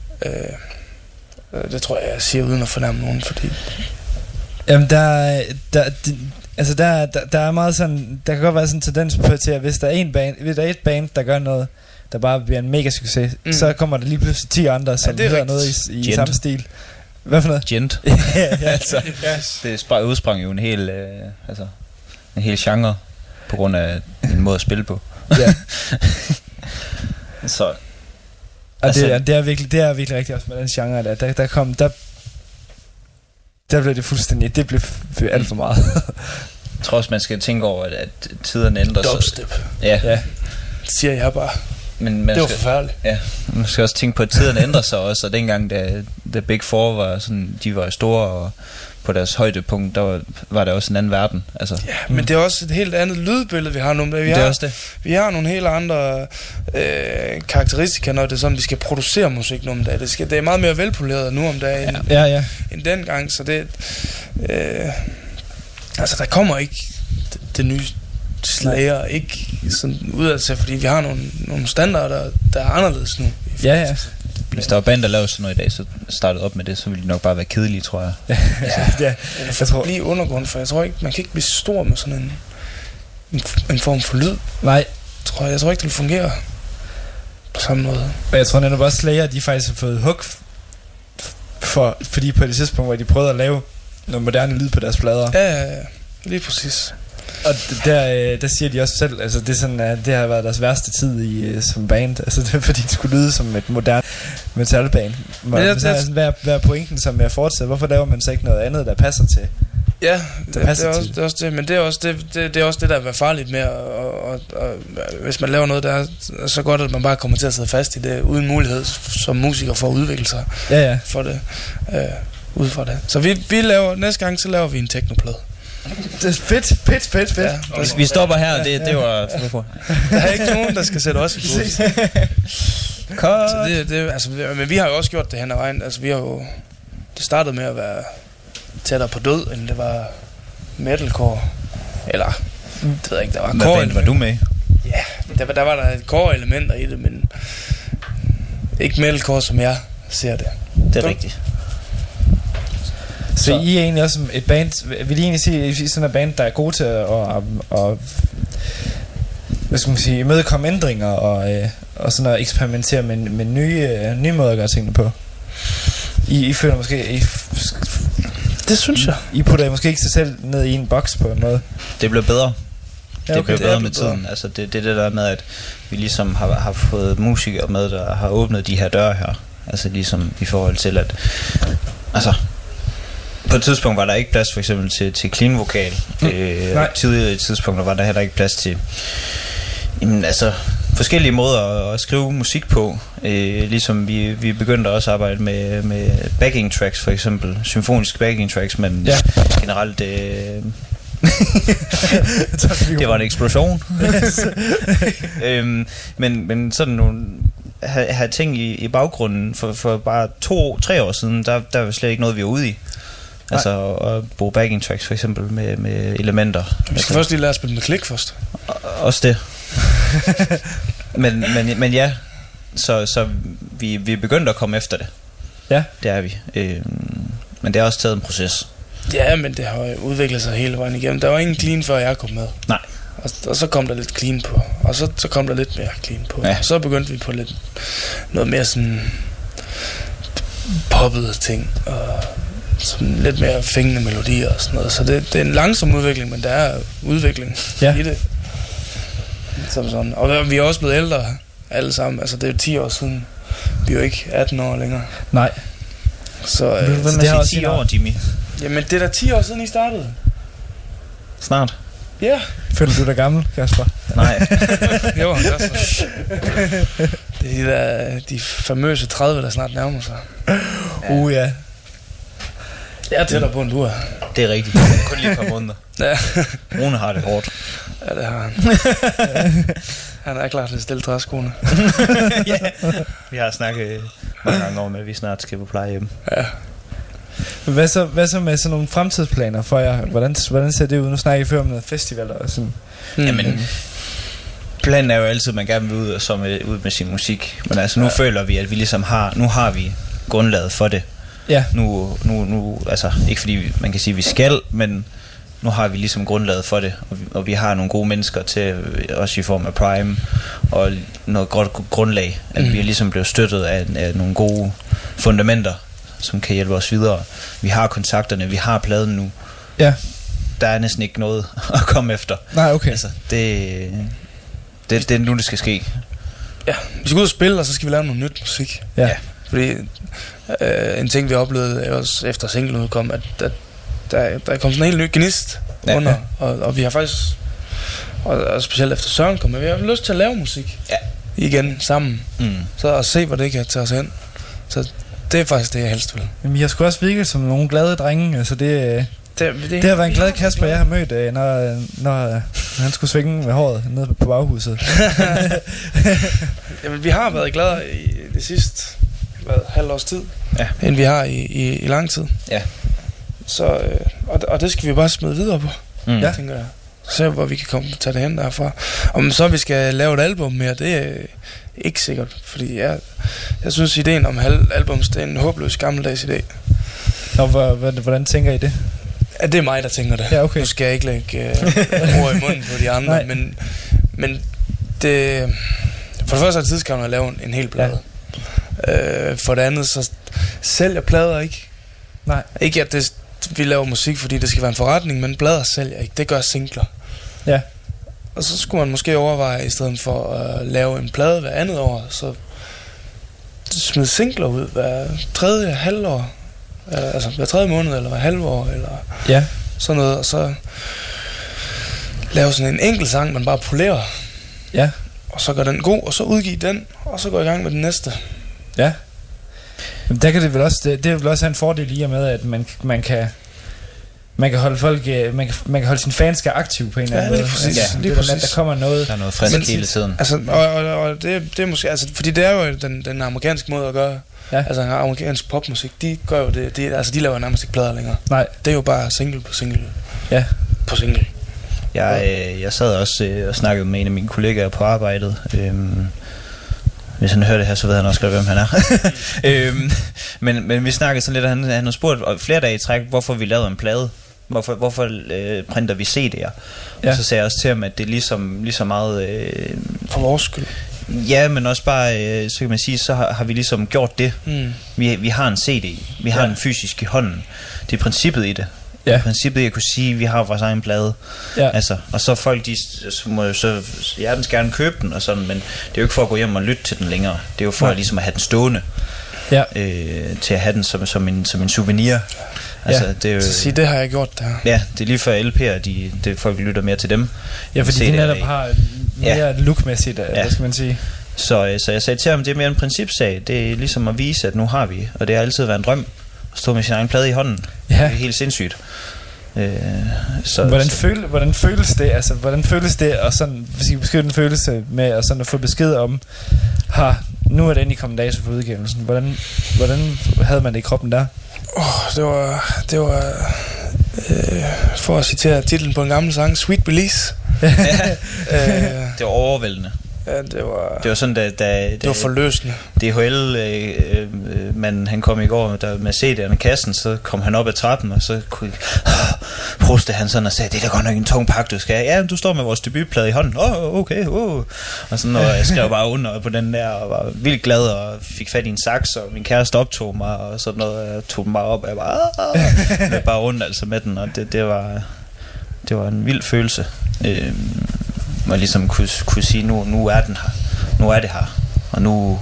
Det tror jeg siger uden at fornærme nogen, fordi... Jamen, der er meget sådan, der kan godt være sådan en tendens på til, at hvis der er et band, der gør noget, der bare bliver en mega succes, så kommer der lige pludselig 10 andre, som hedder noget i samme stil. Hvad for noget? Gent. Altså, det udsprang jo en hel genre på grund af en måde at spille på. Ja. Så og det er virkelig rigtigt også med den genre der blev det fuldstændig, det blev alt for meget. Jeg tror også man skal tænke over at tiderne ændrer sig. Dubstep. Ja. Siger jeg bare. Men det var forfærdeligt. Ja, man skal også tænke på at tiderne ændrer sig også, og dengang da Big Four var sådan, de var store og på deres højdepunkt, der var der også en anden verden. Altså. Ja, men det er også et helt andet lydbillede, vi har nu. Det er også det. Vi har nogle helt andre karakteristika, når det er sådan, vi skal producere musik nu om dagen. Det er meget mere velpoleret nu om dagen, end dengang, så det... altså, der kommer ikke det nye Slayer, ikke sådan udad til, fordi vi har nogle standarder, der er anderledes nu. Ja. Hvis der var band, der lavede sådan noget i dag, så startede op med det, så ville de nok bare være kedelige, tror jeg. Jeg tror blive undergrund, for jeg tror ikke, man kan ikke blive stor med sådan en form for lyd. Nej. Jeg tror ikke, det vil fungere på samme måde. Og jeg tror netop også, Slayer, de faktisk har fået hug fordi på det tidspunkt, hvor de prøvede at lave noget moderne lyd på deres plader. Ja, lige præcis. Og der siger de også selv, altså det er sådan, at det har været deres værste tid som band, altså det er fordi de skulle lyde som et moderne metalband. Hvad er pointen som jeg fortsætter? Hvorfor laver man så ikke noget andet, der passer til? Ja, det er også det, men det er også det, der er farligt med, og hvis man laver noget, der er så godt, at man bare kommer til at sidde fast i det, uden mulighed som musiker for at udvikle sig for det, ud fra det. Så vi laver, næste gang, så laver vi en technoplade. Det er fedt. Ja, vi stopper her, det var... Der er ikke nogen, der skal sætte os i bus. Altså, men vi har jo også gjort det hen ad vejen. Altså, vi har jo... Det startede med at være tættere på død, end det var metalcore. Eller, det ved jeg ikke, der var core. Hvad band var du med? Ja, der var der et core-elementer i det, men ikke metalcore, som jeg ser det. Det er rigtigt. Så I er egentlig også et band, vil I egentlig sige, at I er sådan et band, der er god til at hvad skal man sige, imødekomme ændringer og sådan at eksperimentere med nye måder at gøre tingene på? I føler måske... det synes jeg. I putter måske ikke sig selv ned i en boks på en måde. Det blev bedre. Det blev bedre med tiden. Altså det der med, at vi ligesom har fået musikere med, der har åbnet de her døre her. Altså ligesom i forhold til, at... Altså... På et tidspunkt var der ikke plads for eksempel til clean vokal. Tidligere tidspunkter var der heller ikke plads til forskellige måder at skrive musik på. Ligesom vi begyndte også at arbejde med backing tracks for eksempel, symfoniske backing tracks, men generelt det var en eksplosion. Men sådan nogle have ting i baggrunden for bare 2-3 år siden, der var slet ikke noget vi var ude i. Altså at bruge backing tracks for eksempel med elementer. Vi skal først lige lære at spille med klik først. Også det. men ja, så vi er begyndt at komme efter det. Ja. Det er vi. Men det har også taget en proces. Ja, men det har jo udviklet sig hele vejen igennem. Der var ingen clean, før jeg kom med. Nej. Og så kom der lidt clean på. Og så kom der lidt mere clean på. Ja. Og så begyndte vi på lidt noget mere sådan poppede ting. Og sådan lidt mere fængende melodier og sådan noget. Så det er en langsom udvikling, men der er udvikling i det. Som sådan. Og vi er også blevet ældre alle sammen. Altså det er jo 10 år siden. Vi er jo ikke 18 år længere. Nej. Så det har også 10 år, Jimmy. Jamen det er da 10 år siden I startede. Snart. Ja. Føler du dig gammel, Kasper? Nej. Jo, Kasper. Det er de famøse 30, der snart nærmer sig. Ja. Jeg er tættere på, end du er. Det er rigtigt. Kun lige et par måneder. Ja. Rune har det hårdt. Ja, det har han. Han er klar til at stille træskoene. Ja. Vi har snakket mange gange om, at vi snart skal på plejehjem. Ja. Hvad så med sådan nogle fremtidsplaner for jer? Hvordan ser det ud? Nu snakker I før om noget festivaler og sådan. Jamen, planen er jo altid, at man gerne vil ud og så ud med sin musik. Men altså nu føler vi, at vi ligesom har vi grundlaget for det. Ja. Nu altså ikke fordi man kan sige, at vi skal, men nu har vi ligesom grundlaget for det, og vi har nogle gode mennesker til, også i form af Prime, og noget godt grundlag, at vi er ligesom blevet støttet af nogle gode fundamenter, som kan hjælpe os videre. Vi har kontakterne, vi har pladen nu. Ja. Der er næsten ikke noget at komme efter. Nej, okay. Altså, det er nu, det skal ske. Ja, vi skal ud og spille, og så skal vi lave noget nyt musik. Ja. Fordi en ting, vi oplevede også efter singlen udkom, at der kom sådan en helt ny gnist under, og vi har faktisk, og specielt efter Søren kom, vi har lyst til at lave musik igen sammen, så at se, hvor det kan tage os hen. Så det er faktisk det, jeg helst vil. Men I har sgu også virket som nogle glade drenge, altså det har været en glad Kasper, jeg har mødt, når han skulle svinge med håret nede på baghuset. Jamen, vi har været glade i det sidste halvt års tid, end vi har i lang tid. Ja. Så, og det skal vi bare smide videre på, tænker jeg. Se, hvor vi kan tage det hen derfra. Om så vi skal lave et album mere, det er ikke sikkert. Fordi jeg synes, ideen om albums, det er en håbløs gammeldags idé. Og hvordan tænker I det? Ja, det er mig, der tænker det. Ja, okay. Nu skal jeg ikke lægge ord i munden på de andre, men det... For det første er det tidskrævende at lave en hel plade. Ja. For det andet, så sælger plader ikke. Nej. Ikke at vi laver musik, fordi det skal være en forretning, men plader sælger ikke. Det gør singler. Ja. Og så skulle man måske overveje, i stedet for at lave en plade hver andet år, så smide singler ud hver tredje halvår. Altså hver tredje måned, eller hver halvår, eller sådan noget. Og så lave sådan en enkelt sang, man bare polerer. Ja. Og så gør den god, og så udgive den, og så gå i gang med den næste. Ja. Men der kan det vel også, det vil også have en fordel i og med, at man kan holde folk, man kan holde sine fans aktive på en eller anden måde. Præcis. Ja, lige præcis. Der kommer noget. Der er noget frisk hele tiden. Altså, og det er måske, altså, fordi det er jo den amerikanske måde at gøre. Ja. Altså amerikansk popmusik, de gør jo det, de laver nærmest ikke plader længere. Nej. Det er jo bare single på single. Ja. På single. Jeg sad også og snakkede med en af mine kollegaer på arbejdet. Hvis han hører det her, så ved han også godt, hvem han er. Men vi snakkede sådan lidt, og han har spurgt flere dage i træk, hvorfor vi lavede en plade. Hvorfor printer vi CD'er? Ja. Og så sagde jeg også til ham, at det er lige så meget... for vores skyld. Ja, men også bare, så kan man sige, så har vi ligesom gjort det. Vi har en CD, vi har en fysisk i hånden. Det er princippet i det. Ja. I princippet jeg kunne sige, at vi har vores egen plade. Ja. Altså, og så folk, de må jo så hjertens gerne købe den og sådan, men det er jo ikke for at gå hjem og lytte til den længere. Det er jo for ligesom at have den stående. Ja. Til at have den som en souvenir. Altså, det er jo, så sige, det har jeg gjort der. Ja, det er lige for LP'er, det folk lytter mere til dem. Ja, fordi de netop har mere lookmæssigt, hvad skal man sige. Så jeg sagde til ham, det er mere en principsag. Det er ligesom at vise, at nu har vi, og det har altid været en drøm at stå med sin egen plade i hånden. Ja. Det er helt sindssygt. Hvordan føles det? Altså, hvordan føles det at sådan, hvis I beskriver den følelse med at sådan at få besked om, nu er det endelig kommet dato for udgivelsen. Hvordan havde man det i kroppen der? Det var for at citere titlen på en gammel sang, Sweet Release. Det var overvældende. Ja, det var sådan, da det var forløsende. DHL, han kom i går med CD'erne i kassen, så kom han op ad trappen, og så prostede han sådan og sagde, det er da godt nok en tung pakke, du skal have. Ja, du står med vores debutplade i hånden. Okay. Og sådan, og jeg skrev bare under på den der, og var vildt glad, og fik fat i en saks, og min kæreste optog mig, og sådan noget, jeg tog den bare op, og jeg bare rundt altså med den, og det var en vild følelse. Og ligesom kunne sige, nu er den her. Nu er det her. Og nu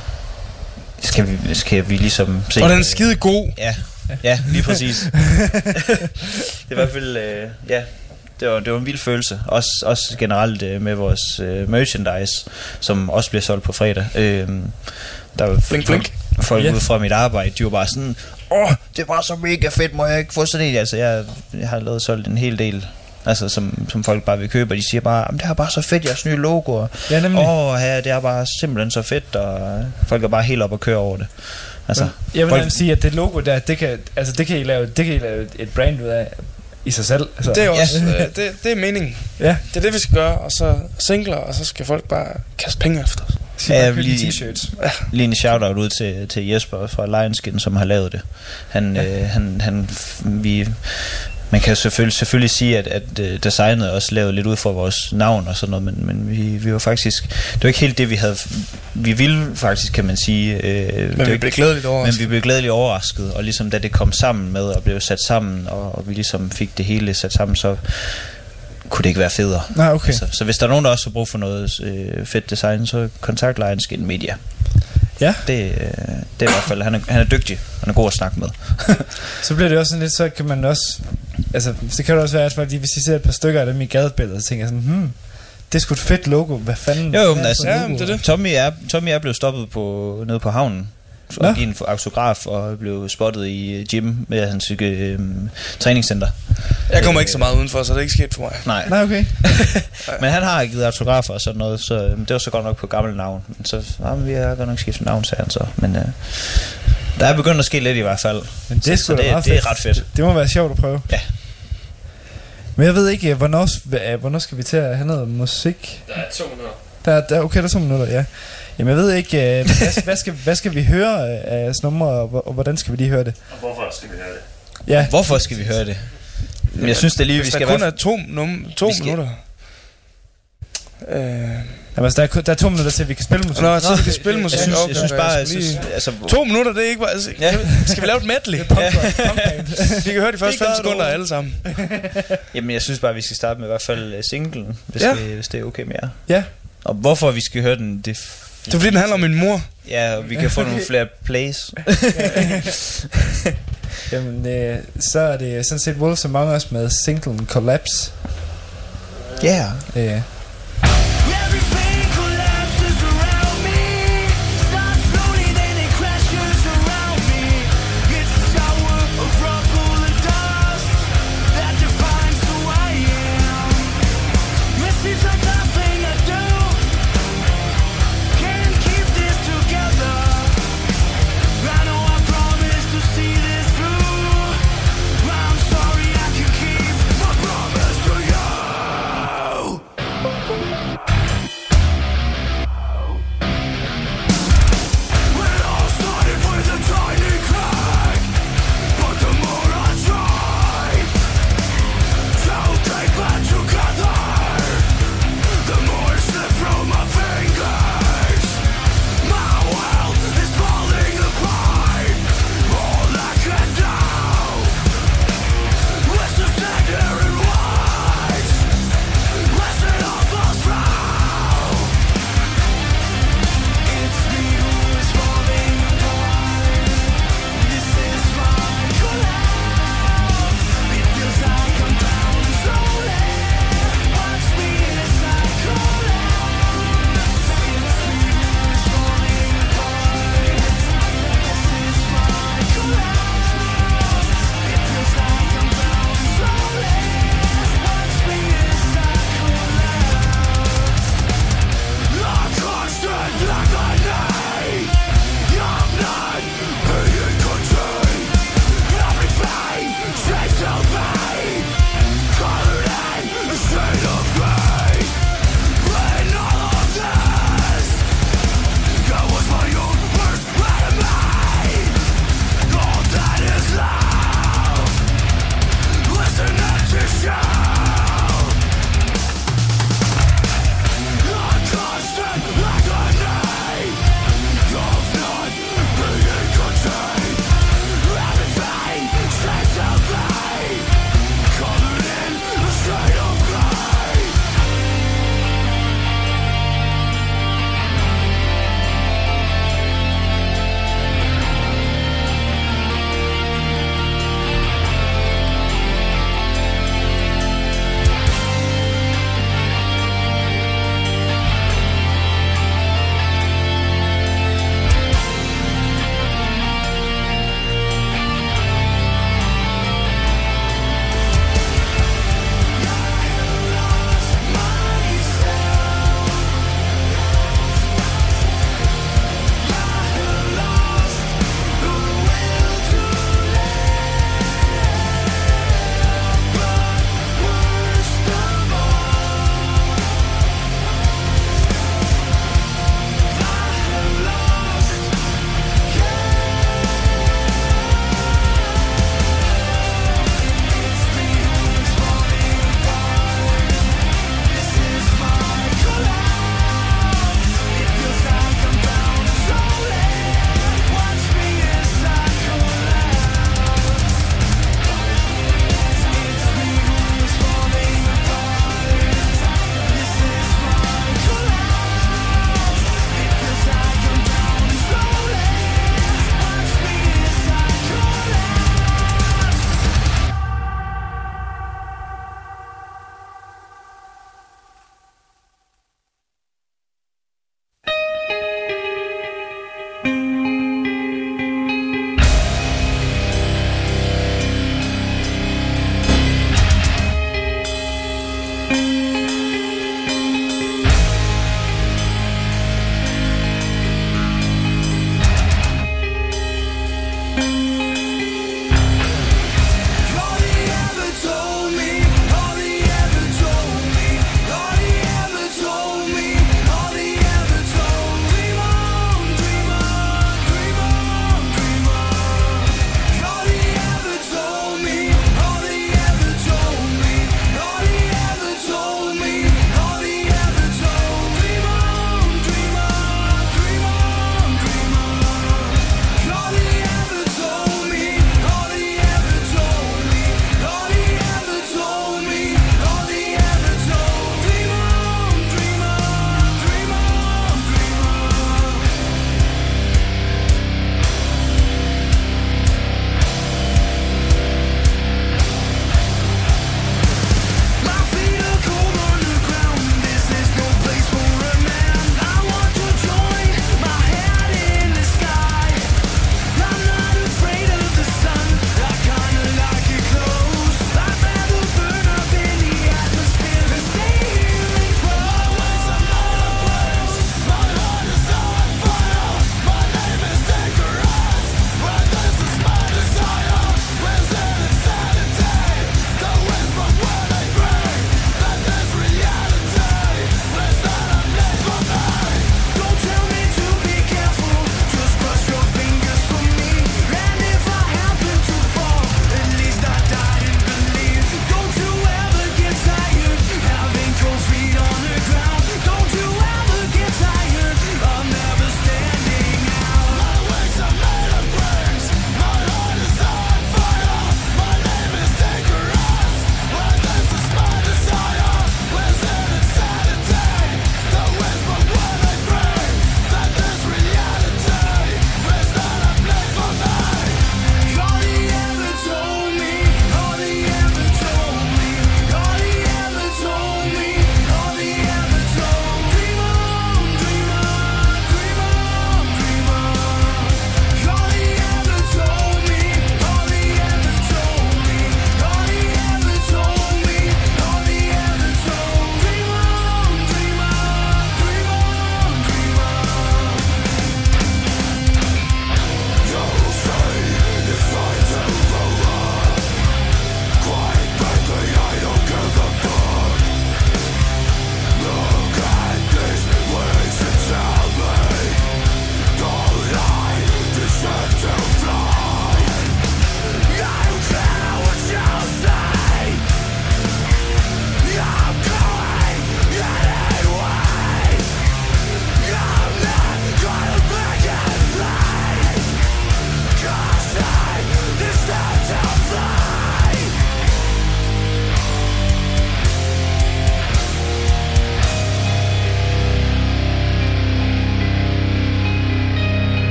skal vi ligesom se. Og den er skide god. Ja, lige præcis. Det var i hvert fald, det var en vild følelse. Også generelt med vores merchandise, som også bliver solgt på fredag. Der var folk ude fra mit arbejde, de var bare sådan, det var så mega fedt, må jeg ikke få sådan en? Altså, jeg har lavet solgt en hel del, altså som folk bare vil købe, og de siger bare, det er bare så fedt, jeres nye logoer. Ja, nemlig. Det er bare simpelthen så fedt, og folk er bare helt op at køre over det. Altså, jeg vil sige, at det logo der, det kan I lave et brand ud af i sig selv. Altså. Det er også, det er meningen. Ja. Det er det, vi skal gøre, og så singler, og så skal folk bare kaste penge efter os. Ja, t-shirts. Lige en shout-out ud til Jesper fra Lionskin, som har lavet det. Man kan selvfølgelig sige, at designet også lavet lidt ud fra vores navn og sådan noget, men vi var faktisk, det var ikke helt det, vi ville faktisk, kan man sige. Men vi blev glædeligt overrasket. Men vi blev glædeligt overrasket, og ligesom da det kom sammen med og blev sat sammen, og vi ligesom fik det hele sat sammen, så kunne det ikke være federe. Nej, okay. Så hvis der er nogen, der også har brug for noget fedt design, så kontakt Lionskin Media. Ja. Det er i hvert fald, han er dygtig, han er god at snakke med. Så bliver det også sådan lidt, så kan man også, altså det kan jo også være, at fordi hvis I ser et par stykker af dem i gadebilledet, så tænker jeg sådan, det er sgu et fedt logo, hvad fanden? Jo, men altså, det er det. Tommy er blevet stoppet nede på havnen, og give en autograf, og blev spottet i gym med hans træningscenter. Jeg kommer ikke så meget udenfor, så det er ikke sket for mig. Nej, okay. Men han har givet autografer og sådan noget, så det var så godt nok på gammel navn. Men så vi har godt nok skiftet navn, sagde han så. Men der er begyndt at ske lidt i hvert fald. Men det er ret fedt. Det må være sjovt at prøve. Ja. Men jeg ved ikke, hvornår skal vi til at have noget musik? Der er 2 minutter. Okay, der er 2 minutter, ja. Jamen jeg ved ikke, hvad skal vi høre af numre, og hvordan skal vi lige høre det? Og hvorfor skal vi høre det? Ja. Hvorfor skal vi høre det? Men jeg synes det lige, vi skal kun er 2 minutter. Jamen altså, der er 2 minutter til, at vi kan spille musik. Nå, så vi kan spille musik. Jeg synes bare, altså 2 minutter, det er ikke bare, altså, skal vi lave et medley? Vi kan høre de første 5 sekunder alle sammen. Jamen jeg synes bare, vi skal starte med i hvert fald singlen, hvis det er okay med jer. Ja. Og hvorfor vi skal høre den, det er fordi, den handler om min mor. Ja, og vi kan få nogle flere plays. Jamen, så er det sådan set Wolves Among Us med singlen Collapse. Ja. Yeah.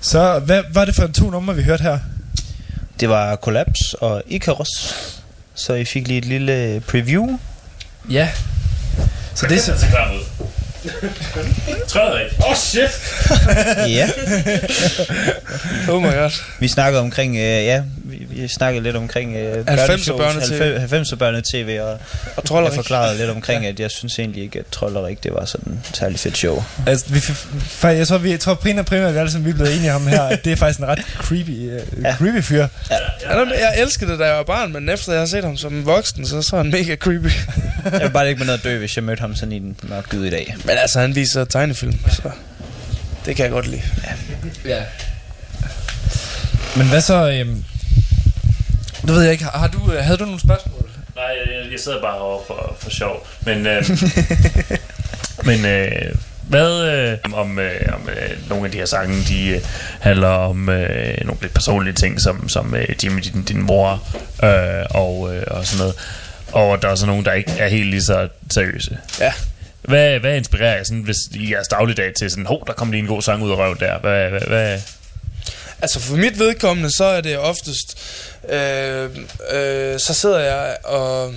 Så hvad var det for 2 numre, vi hørte her? Det var Collapse og Icarus. Så I fik lige et lille preview. Ja. Så det er så klar ud. Træder ikke. Shit. Ja. Oh my god. Vi snakkede omkring, vi snakkede lidt omkring 90'er børne-tv, og jeg forklarede lidt omkring, at jeg synes egentlig ikke, at Trolderik, det var sådan et særligt fedt show. Altså, jeg tror primært, vi alle sammen, vi er blevet enige om her, at det er faktisk en ret creepy fyr. Jeg elskede det, da jeg var barn, men efter jeg har set ham som voksen, så er han mega creepy. Jeg vil bare ikke med noget dø, hvis jeg mødte ham sådan i en mørk gyde i dag. Men altså, han viser tegnefilm, så det kan jeg godt lide. Ja. Men hvad så? Du ved jeg ikke. Havde du nogle spørgsmål? Nej, jeg sidder bare over for sjov. Men hvad om nogle af de her sange, de handler om nogle lidt personlige ting, som Jimmy, din mor og sådan noget. Og der er så nogen, der ikke er helt lige så seriøse. Ja. Hvad inspirerer jeg sådan, hvis i jeres dagligdag til sådan, der kommer lige en god sang ud af røven der? Hvad? Altså for mit vedkommende, så er det oftest, så sidder jeg og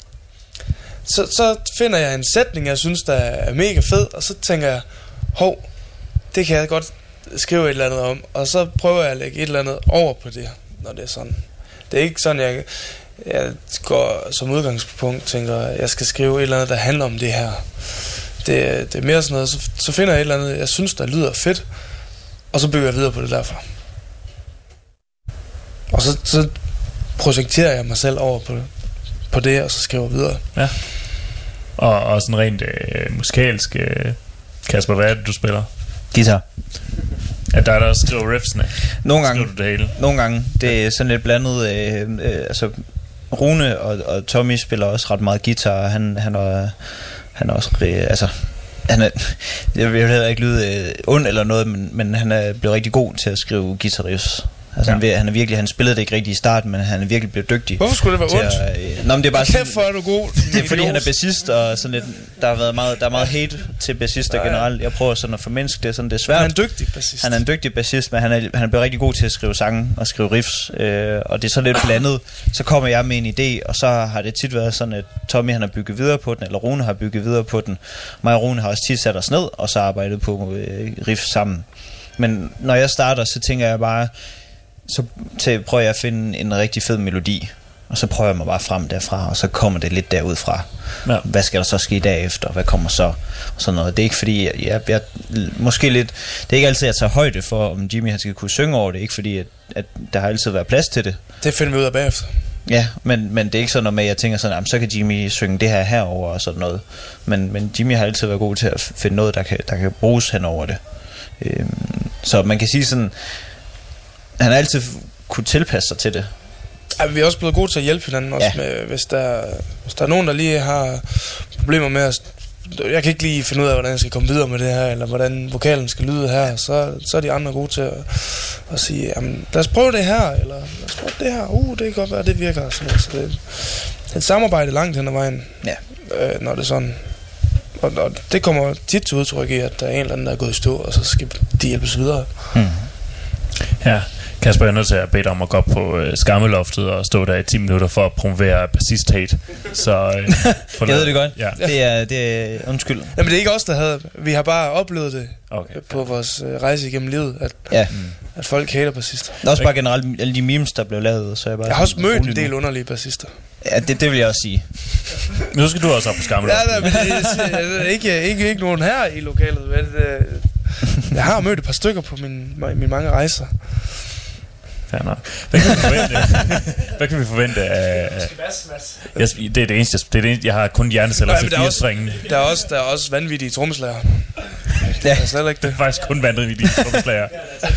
så finder jeg en sætning, jeg synes, der er mega fed, og så tænker jeg, det kan jeg godt skrive et eller andet om, og så prøver jeg at lægge et eller andet over på det, når det er sådan. Det er ikke sådan, jeg går som udgangspunkt tænker, jeg skal skrive et eller andet, der handler om det her. Det er mere sådan noget, så finder jeg et eller andet, jeg synes, der lyder fedt, og så bygger jeg videre på det derfra. Og så projekterer jeg mig selv over på det, og så skriver videre. Ja. Og sådan rent musikalsk, Kasper, hvad er det, du spiller? Guitar. Ja, der også skriver riffsene. Nogle gange. Det er sådan lidt blandet. Altså, Rune og Tommy spiller også ret meget guitar. Han er også... jeg vil heller ikke lyde ond eller noget, men han er blevet rigtig god til at skrive guitar riffs. Altså han spillede det ikke rigtigt i starten, men han er virkelig blevet dygtig. Hvorfor skulle det være ondt? Nå, men det er bare sådan, kæft, er du god. Det er fordi han er bassist, og sådan lidt, der er meget hate til bassister generelt. Jeg prøver sådan at formindske det, sådan det er svært. Han er en dygtig bassist. Han er en dygtig bassist, men han er blevet rigtig god til at skrive sange og skrive riffs, og det er så lidt blandet. Så kommer jeg med en idé, og så har det tit været sådan, at Tommy han har bygget videre på den, eller Rune har bygget videre på den. Mig og Rune har også tit sat os ned og så arbejdet på riff sammen. Men når jeg starter, så tænker jeg bare, så prøver jeg at finde en rigtig fed melodi, og så prøver jeg mig bare frem derfra, og så kommer det lidt derudfra. Ja. Hvad skal der så ske derefter? Hvad kommer så? Og sådan noget. Det er ikke fordi, jeg måske lidt, det er ikke altid, jeg tager højde for, om Jimmy han skal kunne synge over det, ikke fordi, at der har altid været plads til det. Det finder vi ud af bagefter. Ja, men det er ikke sådan noget med, at jeg tænker sådan, så kan Jimmy synge det her herover og sådan noget. Men Jimmy har altid været god til at finde noget, der kan bruges hen over det. Så man kan sige sådan, han har altid kunne tilpasse sig til det. Ja, vi er også blevet gode til at hjælpe hinanden også med, hvis der er nogen, der lige har problemer med at jeg kan ikke lige finde ud af, hvordan jeg skal komme videre med det her, eller hvordan vokalen skal lyde her, så er de andre gode til at sige, jamen, lad os prøve det her, eller lad os prøve det her, det kan godt være, det virker. Så det er et samarbejde langt hen ad vejen, når det er sådan. Og det kommer tit til udtryk i, at der er en eller anden, der er gået i stå, og så skal de hjælpes videre. Ja. Kasper, jeg er nødt til at bede dig om at gå op på skammeloftet og stå der i 10 minutter for at promovere bassist-hate. Så jeg ved det godt. Ja. Det er undskyld. Jamen det er ikke os, der havde. Vi har bare oplevet det på vores rejse igennem livet, at folk hater bassister. Der er også bare generelt alle de memes, der blev lavet. Så jeg har også mødt en del underlige bassister. Ja, det vil jeg også sige. Nu skal du også op på skammeloftet. Ja, men det er ikke nogen her i lokalet. Jeg har mødt et par stykker på mine mange rejser. Fair nok. Hvad kan vi forvente af... Det er det eneste. Jeg har kun hjerneceller til 4 strenge. Der er også vanvittige trommeslager. Ja. Det er slet ikke det. Det er faktisk kun vanvittige trommeslager.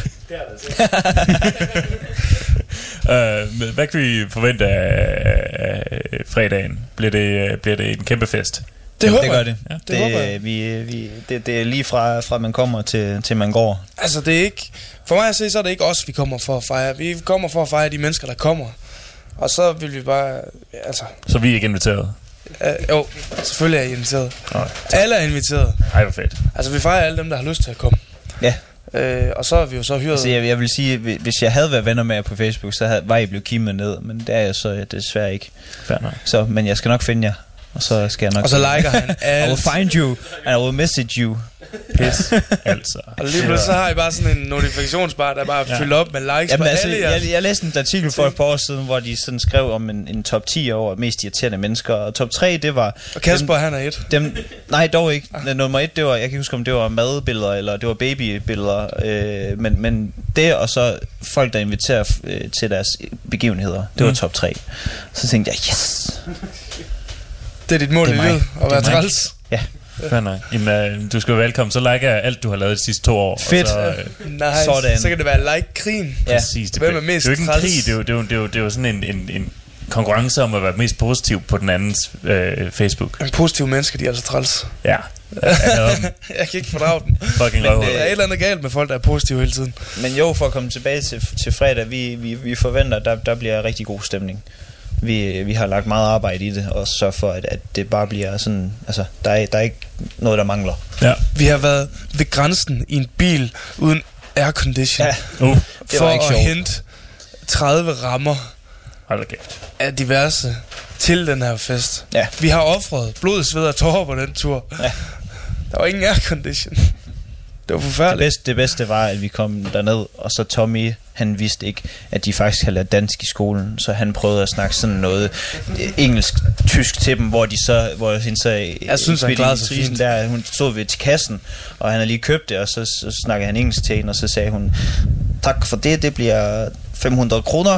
Hvad kan vi forvente af fredagen? Bliver det en kæmpe fest? Det håber jeg. Det håber jeg. Det er lige fra man kommer til man går. Altså det er ikke, for mig at se, så er det ikke os, vi kommer for at fejre. Vi kommer for at fejre de mennesker, der kommer. Og så vil vi bare, altså... Så vi er ikke inviteret? Jo, selvfølgelig er I inviteret. Alle er inviteret. Ej, hvor fedt. Altså vi fejrer alle dem, der har lyst til at komme. Ja. Og så har vi jo så hyret... Altså, jeg vil sige, hvis jeg havde været venner med jer på Facebook, så var I blevet kimet ned, men det er jeg så desværre ikke. Så, men jeg skal nok finde jer, og så skal jeg nok... Og så liker han alt. I will find you, and I will message you. Pis, altså. Og lige pludselig så har I bare sådan en notifikationsbar, der bare fyldt op med likes på alle jeres. Jeg læste en artikel for et par år siden, hvor de sådan skrev om en top 10 over mest irriterende mennesker, og top 3, det var... Og Kasper, han er et. Nej, dog ikke. Nummer 1, det var, jeg kan huske, om det var madbilleder, eller det var babybilleder, men det, og så folk, der inviterer til deres begivenheder, det var top 3. Så tænkte jeg, yes! Det er dit mål i livet, at være træls. Ja. Jamen, du skal være velkommen. Så liker jeg alt, du har lavet de sidste 2 år. Fedt. Nice. Sådan. Så kan det være like-krigen. Ja. Præcis. Hvem er mest det er jo ikke en krig, det er jo sådan en konkurrence om at være mest positiv på den andens Facebook. En positiv menneske, de er altså træls. Ja. Jeg kan ikke fordrage den. Fucking men der er et eller andet galt med folk, der er positive hele tiden. Men jo, for at komme tilbage til fredag, vi forventer, der bliver rigtig god stemning. Vi har lagt meget arbejde i det, og så for, at det bare bliver sådan... Altså, der er ikke noget, der mangler. Ja. Vi har været ved grænsen i en bil uden aircondition. Ja. For at hente 30 rammer af diverse til den her fest. Ja. Vi har offret blod, sved og tårer på den tur. Ja. Der var ingen aircondition. Det var forfærdeligt. Det bedste var, at vi kom derned, og så Tommy, han vidste ikke, at de faktisk havde lært dansk i skolen, så han prøvede at snakke sådan noget engelsk-tysk til dem, hvor hende så... Jeg synes, han klarede sig fint. Der, hun stod ved til kassen, og han havde lige købt det, og så snakkede han engelsk til hende, og så sagde hun, tak for det bliver 500 kroner.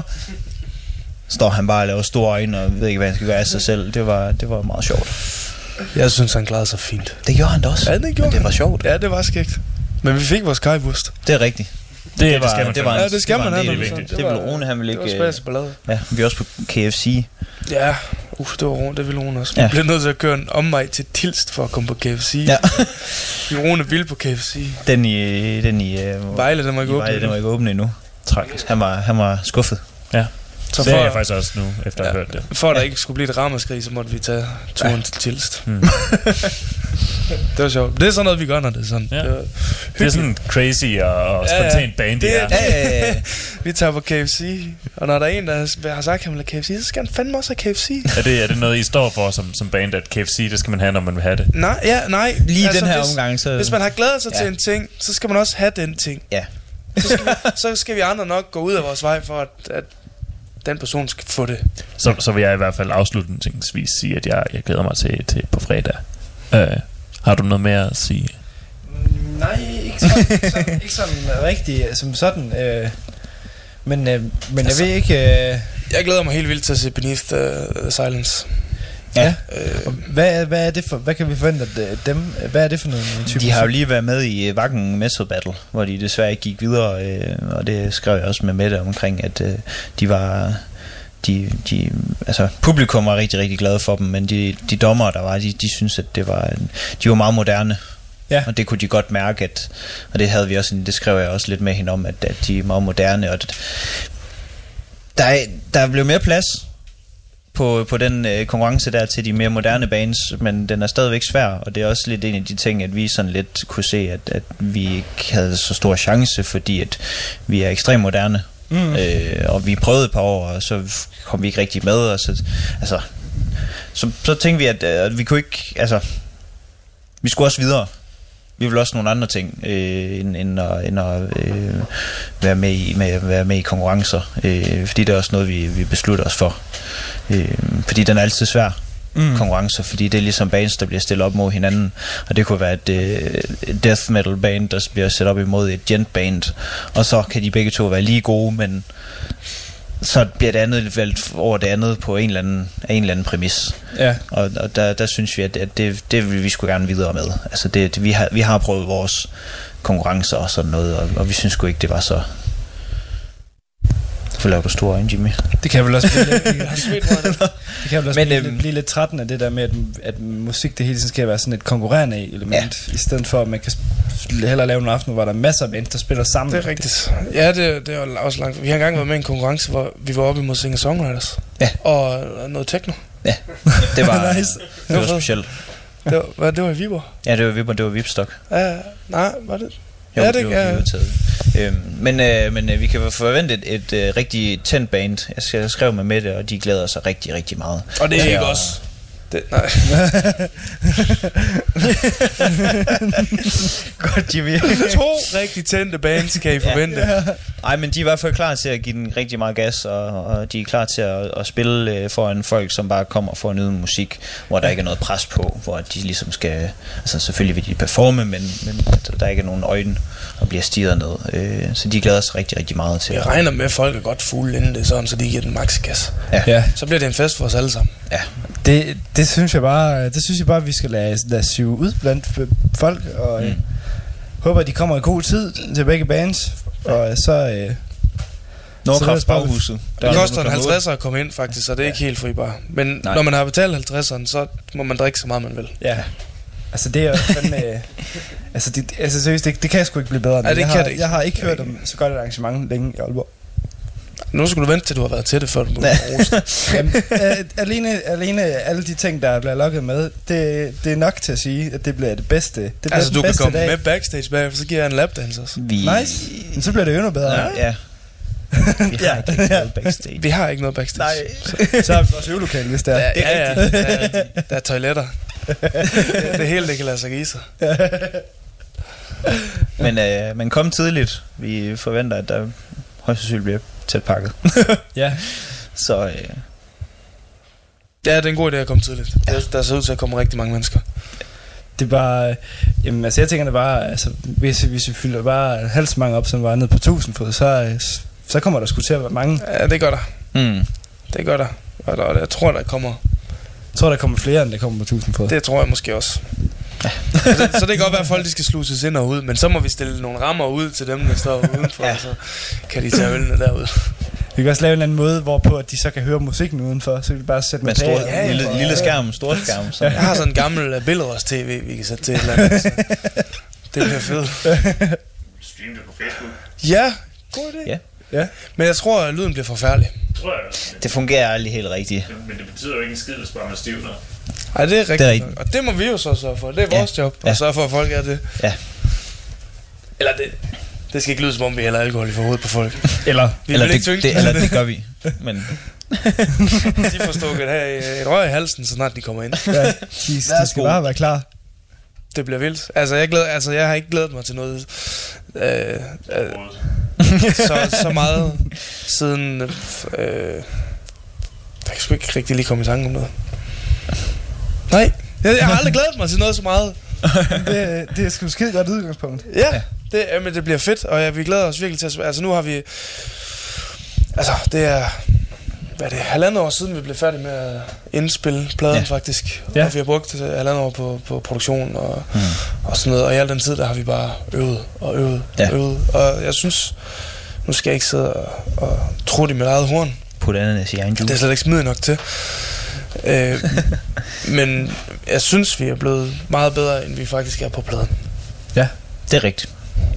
Står han bare og laver store øjne, og ved ikke, hvad han skal gøre af sig selv. Det var meget sjovt. Jeg synes, han klarede sig fint. Det gjorde han da også. Ja, det gjorde det var sjovt. Ja, det var skægt. Men vi fik vores kajbust. Det er rigtigt. Det skal man. Det skal man have. Det ville Rune, han ville ikke... Det var spæs ballade. Ja, vi er også på KFC. Ja, det var Rune, det ville Rune også. Vi blev nødt til at køre en omvej til Tilst for at komme på KFC. Ja. Rune ville på KFC. Den i Vejle, den var ikke åbne endnu. Tragisk. Han var skuffet. Ja. Så det er jeg faktisk også nu, efter at have hørt det. For at der ikke skulle blive et ramaskrig, så måtte vi tage turen til Tilst. Det var sjovt. Det er sådan noget, vi gør, når det er sådan. Ja. Det er sådan crazy og spontant band, det er. Vi tager på KFC, og når der er en, der har sagt, at han vil have KFC, så skal han fandme også have KFC. Er det noget, I står for som band, at KFC, det skal man have, når man vil have det? Nej. Lige altså, den her omgang, så... Hvis man har glædet sig til en ting, så skal man også have den ting. Ja. Så skal vi andre nok gå ud af vores vej for, at den person skal få det. Så vil jeg i hvert fald afslutningsvis sige, at jeg glæder mig til på fredag. Har du noget mere at sige? Nej, ikke sådan rigtig som sådan. Men altså, jeg ved ikke... Jeg glæder mig helt vildt til at se Beneath the Silence. Ja. Hvad er det for? Hvad kan vi forvente af dem? Hvad er det for noget type? De har jo lige været med i Wacken Metal Battle, hvor de desværre ikke gik videre, og det skrev jeg også med Mette omkring, at de var... altså publikum var rigtig, rigtig glade for dem, men de dommere, der var, de synes, at de var meget moderne. Ja. Og det kunne de godt mærke, og det havde vi også, det skrev jeg også lidt med hende om, at de er meget moderne, og der blev mere plads på den konkurrence der til de mere moderne bands, men den er stadigvæk svær, og det er også lidt en af de ting, at vi sådan lidt kunne se, at vi ikke havde så stor chance, fordi at vi er ekstremt moderne. Og vi prøvede et par år, og så kom vi ikke rigtig med, og så tænkte vi, at vi kunne ikke, altså vi skulle også videre. Vi ville også nogle andre ting end at være med i konkurrencer, fordi det er også noget vi beslutter os for, fordi den er altid svær. Konkurrencer, fordi det er ligesom bands, der bliver stillet op mod hinanden, og det kunne være et death metal band, der bliver sat op imod et gent band, og så kan de begge to være lige gode, men så bliver det andet valgt over det andet på en eller anden præmis. Ja. Og der synes vi, at det vil vi sgu gerne videre med. Altså vi har prøvet vores konkurrencer og sådan noget, og vi synes sgu ikke, det var så... Hvorfor laver du store øjne, Jimmy? Det kan vel også blive lidt trætten af det der med, at musik det hele tiden skal være sådan et konkurrerende element, i stedet for at man kan hellere lave en aften, hvor der er masser af bands, der spiller sammen. Det er rigtigt. Ja, det er også langt. Vi har engang været med i en konkurrence, hvor vi var oppe imod singer-songwriters. Ja. Og noget techno. Ja, det var, nice. Det var specielt. Det var i Viborg. Ja, det var i Viborg, det var Vipstok. Ja, nej, var det? Jo, det er men vi kan forvente et rigtig tændt band. Jeg skrev med det, og de glæder sig rigtig, rigtig meget. Og det er ikke også. Nej. Godt, Jimmy. 2 rigtig tændte bands kan I forvente. Nej, men de er i hvert fald klar til at give den rigtig meget gas, og de er klar til at spille foran folk, som bare kommer for at nyde musik, hvor der ikke er noget pres på, hvor de ligesom skal, altså selvfølgelig vil de performe, men der ikke er nogen øjne og bliver stirret ned. Så de glæder sig rigtig, rigtig meget til. Jeg regner med, at folk er godt fulde inden det sådan, så de giver den max gas. Ja. Så bliver det en fest for os alle sammen. Ja. Det synes jeg bare, vi skal lade syge ud blandt folk, og håber, at de kommer i god tid til begge bands, og så... Nordkraft Baghuset. Det koster en 50'er at komme ind, faktisk, så det er ikke helt fri bare. Men når man har betalt 50'eren, så må man drikke så meget, man vil. Ja. Altså det er jo fandme... altså seriøst, det kan sgu ikke blive bedre. Jeg har ikke hørt om så godt et arrangement længe i Aalborg. Nu skulle du vente til du har været til det, før du må alene alle de ting, der bliver lukket med, det er nok til at sige, at det bliver det bedste. Det altså du kan komme med backstage bagefter, så giver jeg en lapdance også. Nice. Men så bliver det endnu bedre. Ja. Vi har ikke noget backstage. Vi har ikke noget backstage. Nej. Så har vi vores øvelokale, hvis det er. Ja. Der er toiletter. Det hele, det kan lade sig give sig. Men kom tidligt. Vi forventer, at der højst sandsynligt bliver tæt pakket. Ja. Så ja, det er en god idé at komme tidligt. Der ser ud til at komme rigtig mange mennesker. Det er bare... Jamen, altså jeg tænker det bare... Altså, hvis vi fylder bare halvt så mange op, som var nede på 1000 fod, så kommer der sgu til at være mange. Ja, det gør der. Det gør der. Og jeg tror, der kommer... Jeg tror, der kommer flere, end der kommer på 1000 fod. Det tror jeg måske også. Så det kan godt være, at folk de skal sluses ind og ud, men så må vi stille nogle rammer ud til dem, der står udenfor, og så kan de tage ølene derud. Vi kan også lave en anden måde, hvorpå de så kan høre musikken udenfor, så kan vi bare sætte med lille skærm, stor skærm. Så. Jeg har sådan en gammel billedrørs-tv, vi kan sætte til et eller andet. Så. Det bliver fedt. Stream det på Facebook. Ja, god idé. Ja. Men jeg tror, at lyden bliver forfærdelig. Det fungerer aldrig helt rigtigt. Men det betyder jo ikke en skid, hvis bare man er stiv. Nej, det er rigtigt. Og det må vi jo så sørge for. Det er vores job at sørge for, at folk er det. Ja. Eller det skal ikke lyde, som om vi hælder alkohol i forhovedet på folk. Eller det gør vi. Men de får stukket her et rør i halsen, så snart de kommer ind. Ja, de skal bare være klar. Det bliver vildt. Altså, jeg har ikke glædet mig til noget så meget siden jeg kan sgu ikke rigtig lige komme i tanke om noget. Nej, jeg har aldrig glædet mig til noget så meget. Det er sgu skide godt udgangspunkt. Ja, det bliver fedt, og vi glæder os virkelig til at... Altså nu har vi... Altså, det er... Hvad er det? 1,5 år siden, vi blev færdige med at indspille pladen, faktisk. Ja. Og vi har brugt 1,5 år på produktion og sådan noget. Og i al den tid, der har vi bare øvet. Og jeg synes... Nu skal jeg ikke sidde og tro det med eget horn. Putte ananas i egen juice. Det er slet ikke smidigt nok til. Men jeg synes, vi er blevet meget bedre, end vi faktisk er på pladen. Ja, det er rigtigt.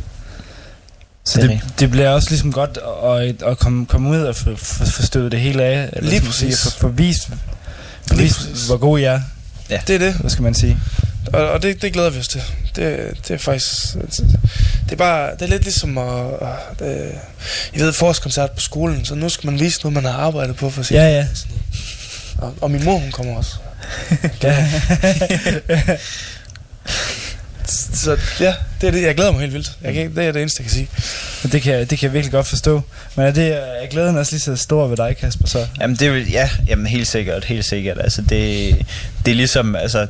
Så det bliver også ligesom godt at komme ud og få støvet det hele af. Eller lige præcis. Få vist, hvor god I er. Ja. Det er det. Hvad skal man sige? Og det glæder vi os til. Det er faktisk... Det er lidt ligesom I ved, forårskoncert på skolen, så nu skal man vise noget, man har arbejdet på for sig. Ja. Og min mor, hun kommer også. Så ja, det er det. Jeg glæder mig helt vildt. Det er det eneste, jeg kan sige. Det kan jeg virkelig godt forstå. Men er glæden også lige så stor ved dig, Kasper? Så? Jamen det vil, jamen helt sikkert. Altså det er ligesom, altså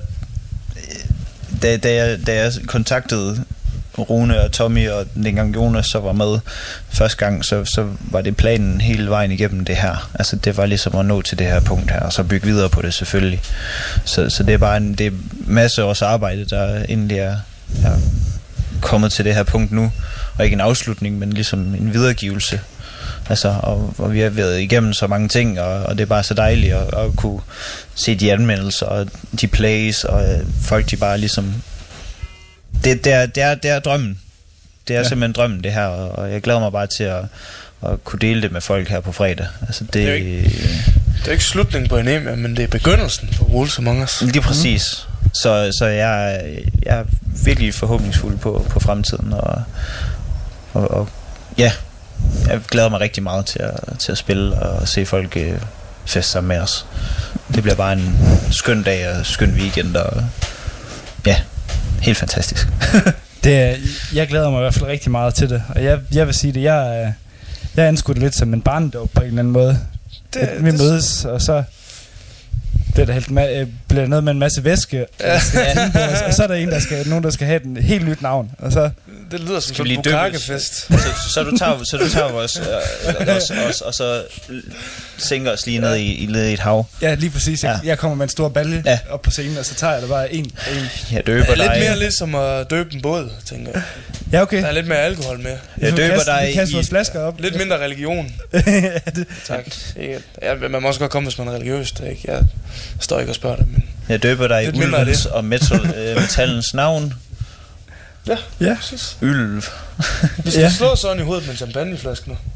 da jeg kontaktede Rune og Tommy, og dengang Jonas så var med første gang, så var det planen hele vejen igennem det her. Altså det var ligesom at nå til det her punkt her, og så bygge videre på det selvfølgelig. Så det er bare det er masse års arbejde, der endelig er kommet til det her punkt nu, og ikke en afslutning, men ligesom en videregivelse. Altså, og vi har været igennem så mange ting, og det er bare så dejligt at kunne se de anmeldelser og de plays, og folk de bare ligesom det er drømmen. Det er simpelthen drømmen, det her, og jeg glæder mig bare til at kunne dele det med folk her på fredag. Altså det er ikke slutningen på Anemia, men det er begyndelsen på Rules Among Us. Lige præcis. Så jeg er virkelig forhåbningsfuld på fremtiden, og ja, jeg glæder mig rigtig meget til at spille og se folk feste sammen med os. Det bliver bare en skøn dag og skøn weekend, og ja, helt fantastisk. Jeg glæder mig i hvert fald rigtig meget til det, og jeg vil sige det, jeg anskuer det lidt som en barndåb på en eller anden måde. Vi mødes, og så bliver der bliver noget med en masse væske, og så er der nogen, der skal have et helt nyt navn, og så... Det lyder som en bukakefest. Så du tager vores os, og så sænker os lige ned i et hav. Ja, lige præcis. Jeg kommer med en stor balje op på scenen, og så tager jeg der bare en. Jeg døber dig. Lidt mere lidt som at døbe en båd, tænker jeg. Ja, okay. Der er lidt mere alkohol med. Jeg døber dig i... Vi kaster vores flasker op. Lidt mindre religion. Tak. Man må også godt komme, hvis man er religiøs. Jeg står ikke og spørger det, men... Jeg døber dig i ulvens og metallens navn. Ja, præcis. Ylv. Vi skal slå sådan i hovedet med en champagneflaske nu.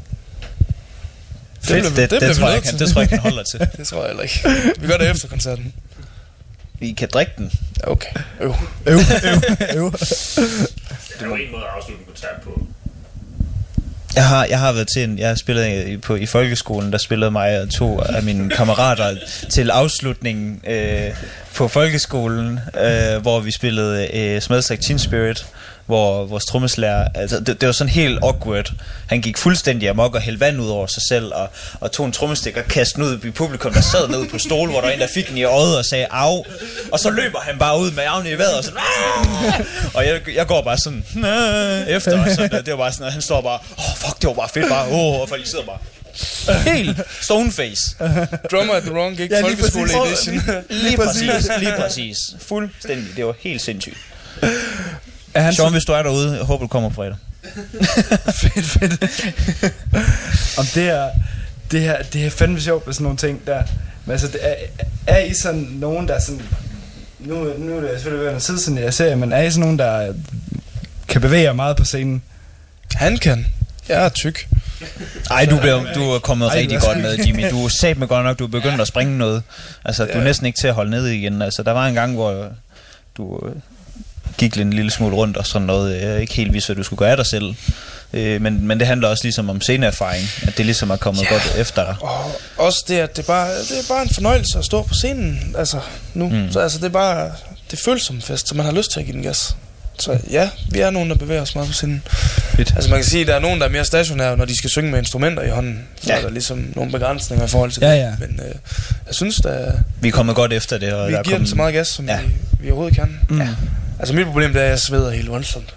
Det tror jeg ikke, han holder til. Det tror jeg heller ikke. Vi gør det efter koncerten. Vi kan drikke den. Okay. Det er jo en måde at afslutte en koncert på. Jeg har været til jeg spillede i folkeskolen, der spillede mig og 2 af mine kammerater til afslutningen på folkeskolen, hvor vi spillede Smells Like Teen Spirit, hvor vores trommeslager, altså det var sådan helt awkward. Han gik fuldstændig amok og hældte vand ud over sig selv, og tog en trommestik og kastede ud i publikum, der sad nede på stol, hvor der var en, der fik den i øjet og sagde au, og så løber han bare ud med armene i vejret og sådan, og jeg går bare sådan efter, og så det var bare sådan, og han står bare, fuck, det var bare fedt, bare, og folk sidder bare helt stoneface. Drummer at the wrong gig, folkeskole edition. Lige præcis. Fuldstændig, det var helt sindssygt. Sean, hvis du er derude, jeg håber du kommer på fredag. fedt. Om det er fandme sjovt med sådan nogle ting der. Men altså, er I sådan nogen, der sådan... Nu er det selvfølgelig været en side, sådan jeg ser, men er I sådan nogen, der kan bevæge jer meget på scenen? Han kan. Jeg er tyk. Ej, du er kommet rigtig godt med, Jimmy. Du er satme godt nok, du er begyndt at springe noget. Altså, du er næsten ikke til at holde nede igen. Altså, der var en gang, hvor du gik en lille smule rundt og sådan noget. Jeg ikke helt vidste, hvad du skulle gøre af dig selv. Men det handler også ligesom om sceneerfaring, at det ligesom er kommet godt efter dig. Og også det, at det er bare en fornøjelse at stå på scenen, altså nu. Så altså, det føles som en fest, så man har lyst til at give den gas. Så ja, vi er nogen, der bevæger os meget på scenen. Fedt. Altså man kan sige, at der er nogen, der er mere stationære, når de skal synge med instrumenter i hånden. Så er der ligesom nogle begrænsninger i forhold til det. Men jeg synes, vi er kommet godt efter det. Og vi giver den så meget gas, som vi overhovedet kan. Ja. Altså mit problem er, at jeg sveder helt voldsomt.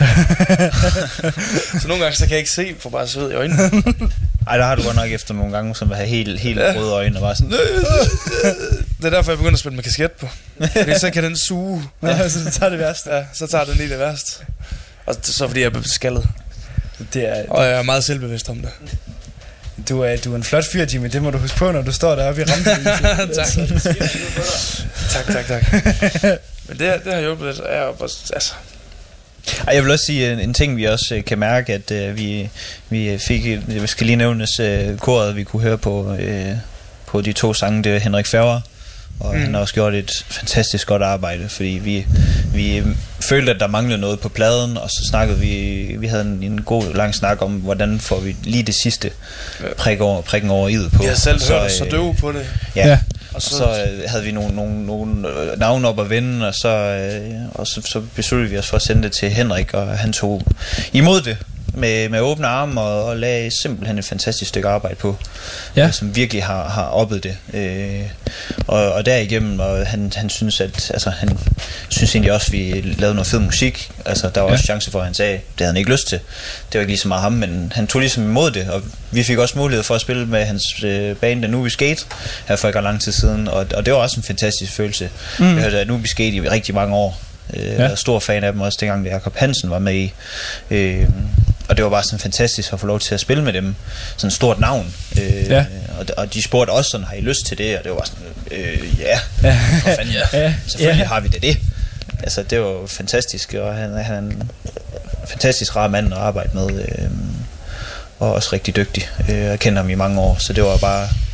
Så nogle gange så kan jeg ikke se, for bare sved i øjnene. Ej, der har du godt nok efter nogle gange, som vil have helt røde øjne og bare sådan... Det er derfor, jeg begynder at spille med kasket på. Fordi så kan den suge. Så tager det værst. Ja, så tager den lige det værst. Og så fordi jeg er skaldet. Og jeg er meget selvbevidst om det. Du er en flot fyr, Jimmy. Det må du huske på, når du står deroppe i rampelyset. Tak. Men det har hjulpet lidt. Altså... Jeg vil også sige en ting, vi også kan mærke, at vi fik, jeg skal lige nævnes koret, vi kunne høre på de 2 sange, det er Henrik Færger, og han har også gjort et fantastisk godt arbejde, fordi vi følte, at der manglede noget på pladen, og så snakkede vi havde en god lang snak om, hvordan får vi lige det sidste prikken over i'et på. Vi har selv hørt os så døve på det. Ja. Og så havde vi nogle navne op at vende, og så besluttede vi os for at sende det til Henrik, og han tog imod det med åbne arme og lagde simpelthen et fantastisk stykke arbejde på, som virkelig har oppet det. Og derigennem, og han synes, at altså, han synes egentlig også, at vi lavede noget fed musik. Altså, der var også chance for, at han sagde, det havde han ikke lyst til. Det var ikke lige så meget ham, men han tog ligesom imod det, og vi fik også mulighed for at spille med hans band Anubis Skate her for ikke lang tid siden, og det var også en fantastisk følelse. Jeg hørte Anubis Skate i rigtig mange år. Jeg er stor fan af dem også, dengang Jacob Hansen var med i. Og det var bare sådan fantastisk at få lov til at spille med dem. Sådan et stort navn. Og de spurgte også sådan, har I lyst til det? Og det var sådan, selvfølgelig har vi det. Altså, det var fantastisk, og han er en fantastisk rar mand at arbejde med. Og også rigtig dygtig. Jeg kender ham i mange år, så det var bare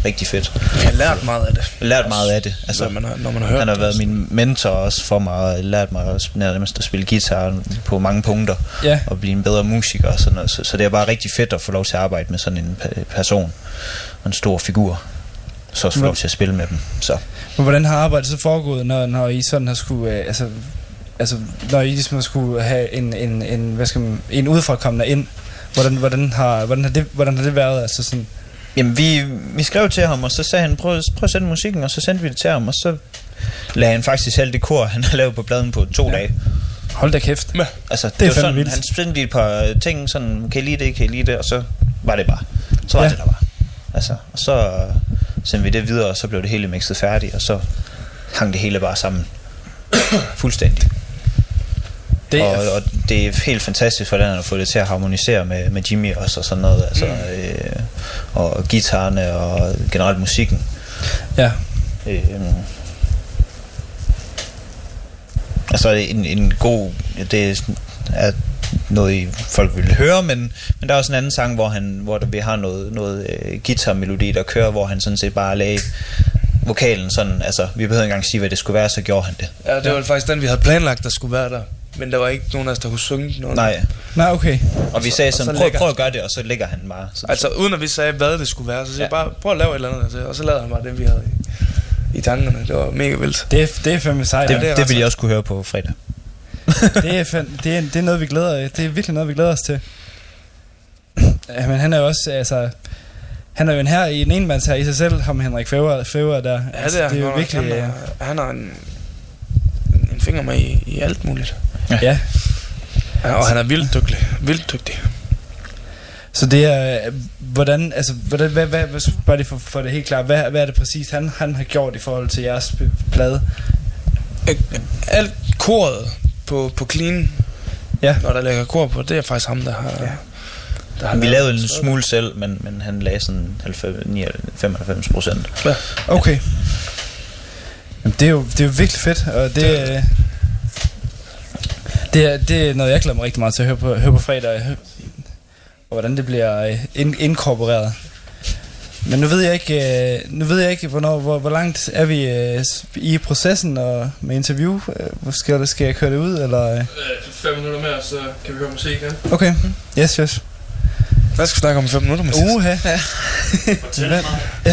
rigtig fedt. Jeg har lært meget af det. Altså, når man har hørt han har været det. min mentor også for mig, og lært mig at spille guitar på mange punkter, og blive en bedre musiker og sådan noget. Så det er bare rigtig fedt at få lov til at arbejde med sådan en person, og en stor figur, så også få lov til at spille med dem. Så. Men hvordan har arbejdet så foregået, når I sådan har skulle, altså når I ligesom skulle have en udefrakommende ind? Hvordan har det været? Altså sådan. Jamen vi skrev til ham, og så sagde han, prøv at sende musikken, og så sendte vi det til ham, og så lagde han faktisk alt det kor, han har lavet på pladen på 2 dage. Hold da kæft. Ja. Altså, det var sådan, vildt. Han sendte et par ting, sådan, kan I lide det, og så var det bare. Så var det der bare. Altså, og så sendte vi det videre, og så blev det hele mixet færdigt, og så hang det hele bare sammen. Fuldstændig. Og det er helt fantastisk, hvordan han har fået det til at harmonisere med Jimmy også, og sådan noget, altså, og guitarerne og generelt musikken. Ja. Altså en god, det er noget folk vil høre, men der er også en anden sang, hvor vi har noget guitarmelodi, der kører, hvor han sådan set bare lagde vokalen sådan, altså vi behøvede ikke engang sige, hvad det skulle være, så gjorde han det. Ja, det var faktisk den, vi havde planlagt, der skulle være der. Men der var ikke nogen af os, der kunne synge noget. Nej, okay. Og vi sagde sådan, prøv at gøre det, og så lægger han bare. Altså uden at vi sagde, hvad det skulle være, så sagde jeg bare, prøv at lave et eller andet. Og så lavede han bare det, vi havde i tankerne. Det var mega vildt. Det er fandme sejt. Det vil jeg også kunne høre på fredag. det er noget, vi glæder. Det er virkelig noget, vi glæder os til. Ja, men han er jo også, altså, han er jo en enmands her i sig selv, ham Henrik Fæver der. Ja, altså, det er jo virkelig. Han har en finger med i alt muligt. Ja. Og han er vildt dygtig. Så det er, hvad bare det for det helt klart, hvad er det præcis, han har gjort i forhold til jeres plade? Alt koret på Clean, når der lægger kor på, det er faktisk ham, der har vi lavede en smule selv, men han lagde sådan 95%. Ja. Okay. Jamen, det er jo virkelig fedt, og det er noget, jeg glæder mig rigtig meget til at høre på fredag, og hvordan det bliver inkorporeret. Men nu ved jeg ikke, hvor langt er vi i processen og med interview. Skal jeg køre det ud, eller? 5 minutter mere, så kan vi høre musik igen. Okay, yes. Hvad skal vi snakke om i 5 minutter, Mathias? Ja. Fortæl mig.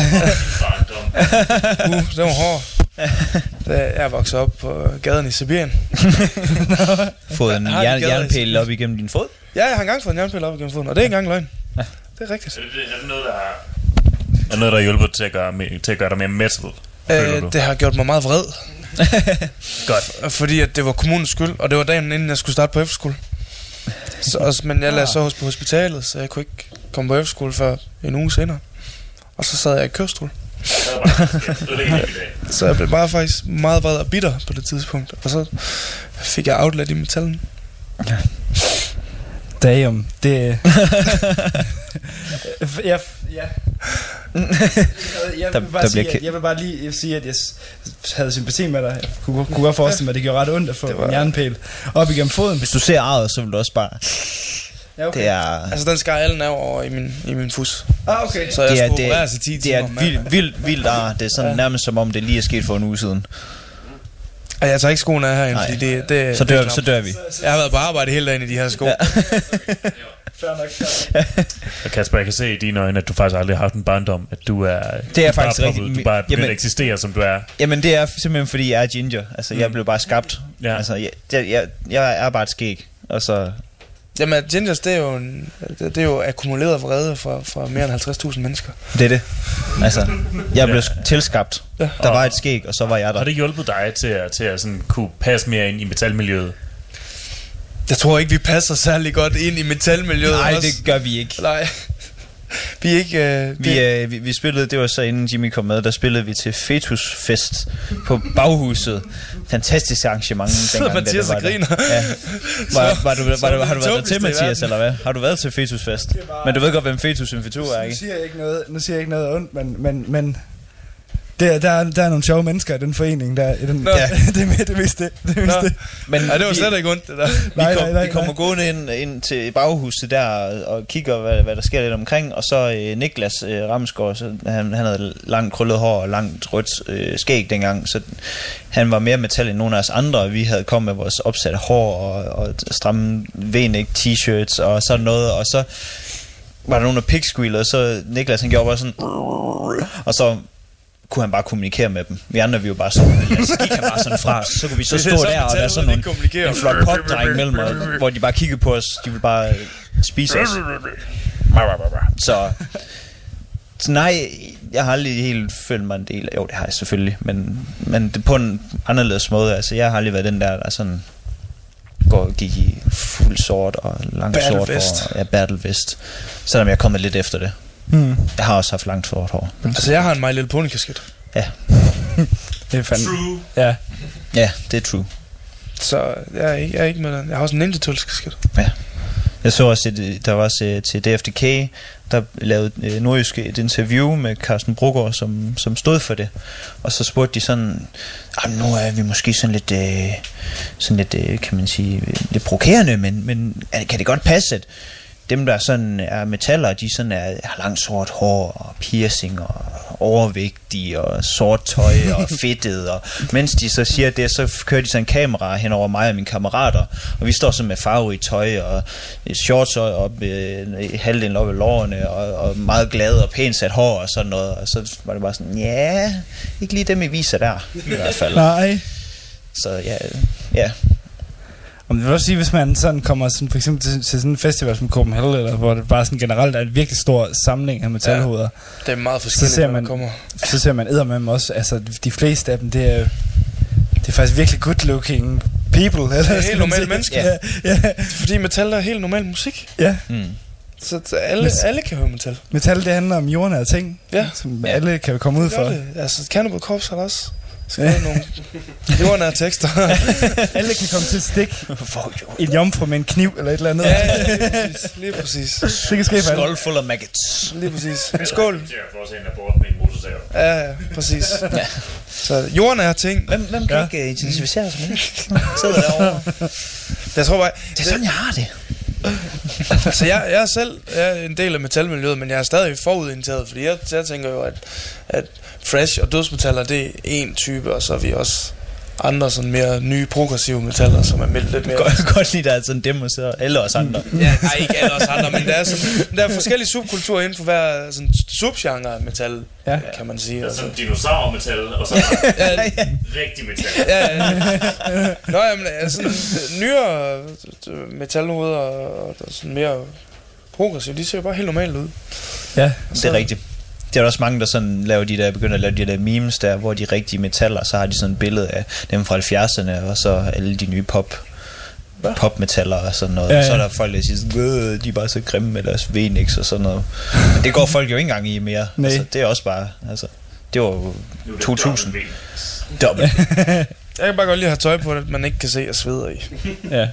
Det var hård. Jeg er vokset op på gaden i Sibirien. Fået en jernpæl op igennem din fod? Ja, jeg har engang fået en jernpæl op igennem foden, og det er ikke engang løgn. Ja. Det er rigtigt. Er det noget, der har hjulpet til at gøre dig mere metal? Det har gjort mig meget vred. Godt. Fordi at det var kommunens skyld, og det var dagen inden jeg skulle starte på efterskole. Men jeg lagde så på hospitalet, så jeg kunne ikke komme på efterskole før en uge senere. Og så sad jeg i kørestol. Så jeg blev bare faktisk meget vred og bitter på det tidspunkt. Og så fik jeg outlet i metallen. Damn, det ja. Jeg vil bare lige sige, at jeg havde sympati med dig. Jeg kunne godt forestille mig, at det gjorde ret ondt at få en jernpæl op igennem foden. Hvis du ser arret, så vil du også bare... Ja, okay. Det er... Altså, den skar alle nerver over i min fus. Okay. Så jeg skulle opereres i 10 timer. Det er et vildt ar. Det er sådan nærmest som om, det lige er sket for en uge siden. Og jeg tager ikke skoene af herinde, fordi det så dør vi. Jeg har været på arbejde hele dagen i de her sko. Ja. Og Kasper, jeg kan se i dine øjne, at du faktisk aldrig har haft en barndom, at du er... Det er faktisk rigtigt. Du bare vil eksistere, som du er. Jamen, det er simpelthen, fordi jeg er ginger. Altså, jeg blev bare skabt. Ja. Altså, jeg er bare et skæg. Og så... Jamen, gingers, det er jo akkumuleret vrede fra mere end 50.000 mennesker. Det er det. Altså, jeg blev tilskabt. Ja. Der var et skæg, og så var jeg der. Har det hjulpet dig til at sådan kunne passe mere ind i metalmiljøet? Jeg tror ikke, vi passer særlig godt ind i metalmiljøet. Nej, det gør vi ikke. Nej. Vi ikke... Vi spillede, det var så inden Jimmy kom med, der spillede vi til Fetusfest på Baghuset. Fantastisk arrangement. Så Mathias og griner. Ja. Har du været der til, Mathias, eller hvad? Har du været til Fetusfest? Men du ved godt, hvem Fetus Infitur er, ikke? Nu siger jeg ikke noget ondt, men Der er nogle sjove mennesker i den forening der. I den, det miste. Men det var slet ikke ondt, det der. Vi kommer gående ind til baghuset der og kigger, hvad der sker lidt omkring. Og så Niklas Ramsgaard, han havde langt krøllet hår og langt rødt skæg dengang. Så han var mere metal end nogle af os andre. Vi havde kommet med vores opsatte hår og stramme V-neck t-shirts og sådan noget. Og så var der nogen, der pigsquealede, og så Niklas, han gjorde bare sådan, og så kunne han bare kommunikere med dem. Vi andre, vi jo bare sådan, så gik han bare sådan fra, så kunne vi så stå der, og der er sådan en flot popdreng mellem os, hvor de bare kiggede på os, de ville bare spise os. Så nej, jeg har aldrig helt følt mig en del af, jo, det har jeg selvfølgelig, men det på en anderledes måde, altså jeg har aldrig været den der sådan gik i fuld sort og langt sort hår. Ja, battle vest. Selvom jeg er kommet lidt efter det. Jeg har også haft langt sort hår. Altså jeg har en My Little Pony kasket. Ja. Det er fandme. True. Ja. Ja, det er true. Så jeg er ikke med den. Jeg har også en Ninja Turtles kasket. Ja. Jeg så også, der var også til DFDK, der lavede Nordjysk et interview med Carsten Brogaard, som stod for det. Og så spurgte de sådan, nu er vi måske sådan lidt kan man sige, lidt provokerende, men kan det godt passe, at dem, der sådan er metaller, de sådan har langt sort hår og piercing og overvægtige og sort tøj og fedtet, og mens de så siger det, så kører de så en kamera hen over mig og mine kammerater, og vi står så med farverigt tøj og shorts op, halvdelen op i lårene og meget glade og pænt sat hår og sådan noget, og så var det bare sådan, ja, ikke lige dem I viser der i hvert fald. Nej. Så ja. Om det vil også sige, hvis man sådan kommer sådan, for eksempel til sådan en festival som Copenhagen, eller hvor det bare sådan generelt er en virkelig stor samling af metalhoveder. Ja, det er meget forskelligt, når man kommer. Så ser man eddermame også, altså de fleste af dem, det er faktisk virkelig good looking people. Det er helt normale mennesker. Ja. Fordi metal er helt normal musik. Ja. Så alle kan høre metal. Metal, det handler om jordnære ting, som alle kan komme ud for. Altså Cannibal Corpse har også skrevet nogle jordnære tekster. Alle kan komme til at stikke en jomfru med en kniv eller et eller andet. Ja, lige præcis. Det kan ske for skål fuld af maggots. Lige præcis. Skål. Jeg får også en abort med en motorsav. Ja, præcis. Ja. Så jordnære ting. Hvem kan ikke identificere sig med det? Sidder derovre. Jeg tror bare, det er sådan, jeg har det. Altså jeg er selv en del af metalmiljøet, men jeg er stadig forudindtaget, fordi jeg tænker jo, at thrash og dødsmetaller, det er en type, og så er vi også andre sådan mere nye progressive metaller, som er meldt lidt mere. Godt lide, der er sådan dem og så alle os andre. Ja, nej, ikke alle os andre, men der er forskellige subkulturer inden for hver sådan subgenre af metal, kan man sige. Der er sådan dinosaurmetal, og så rigtig metal. Nå, jamen, altså, nyere metalhoveder og sådan mere progressive, de ser bare helt normalt ud. Ja, det er rigtigt. Det er også mange, der sådan begynder at lave de der memes der, hvor de rigtige metaller, så har de sådan et billede af dem fra 70'erne, og så alle de nye popmetaller og sådan noget. Ja. Så er der folk, der siger sådan, de er bare så grimme med deres V-necks og sådan noget. Men det går folk jo ikke engang i mere. Altså, det er også bare, altså, det var jo 2000. Dobbelt. Jeg kan bare godt lide at have tøj på, at man ikke kan se og sveder i. Ja.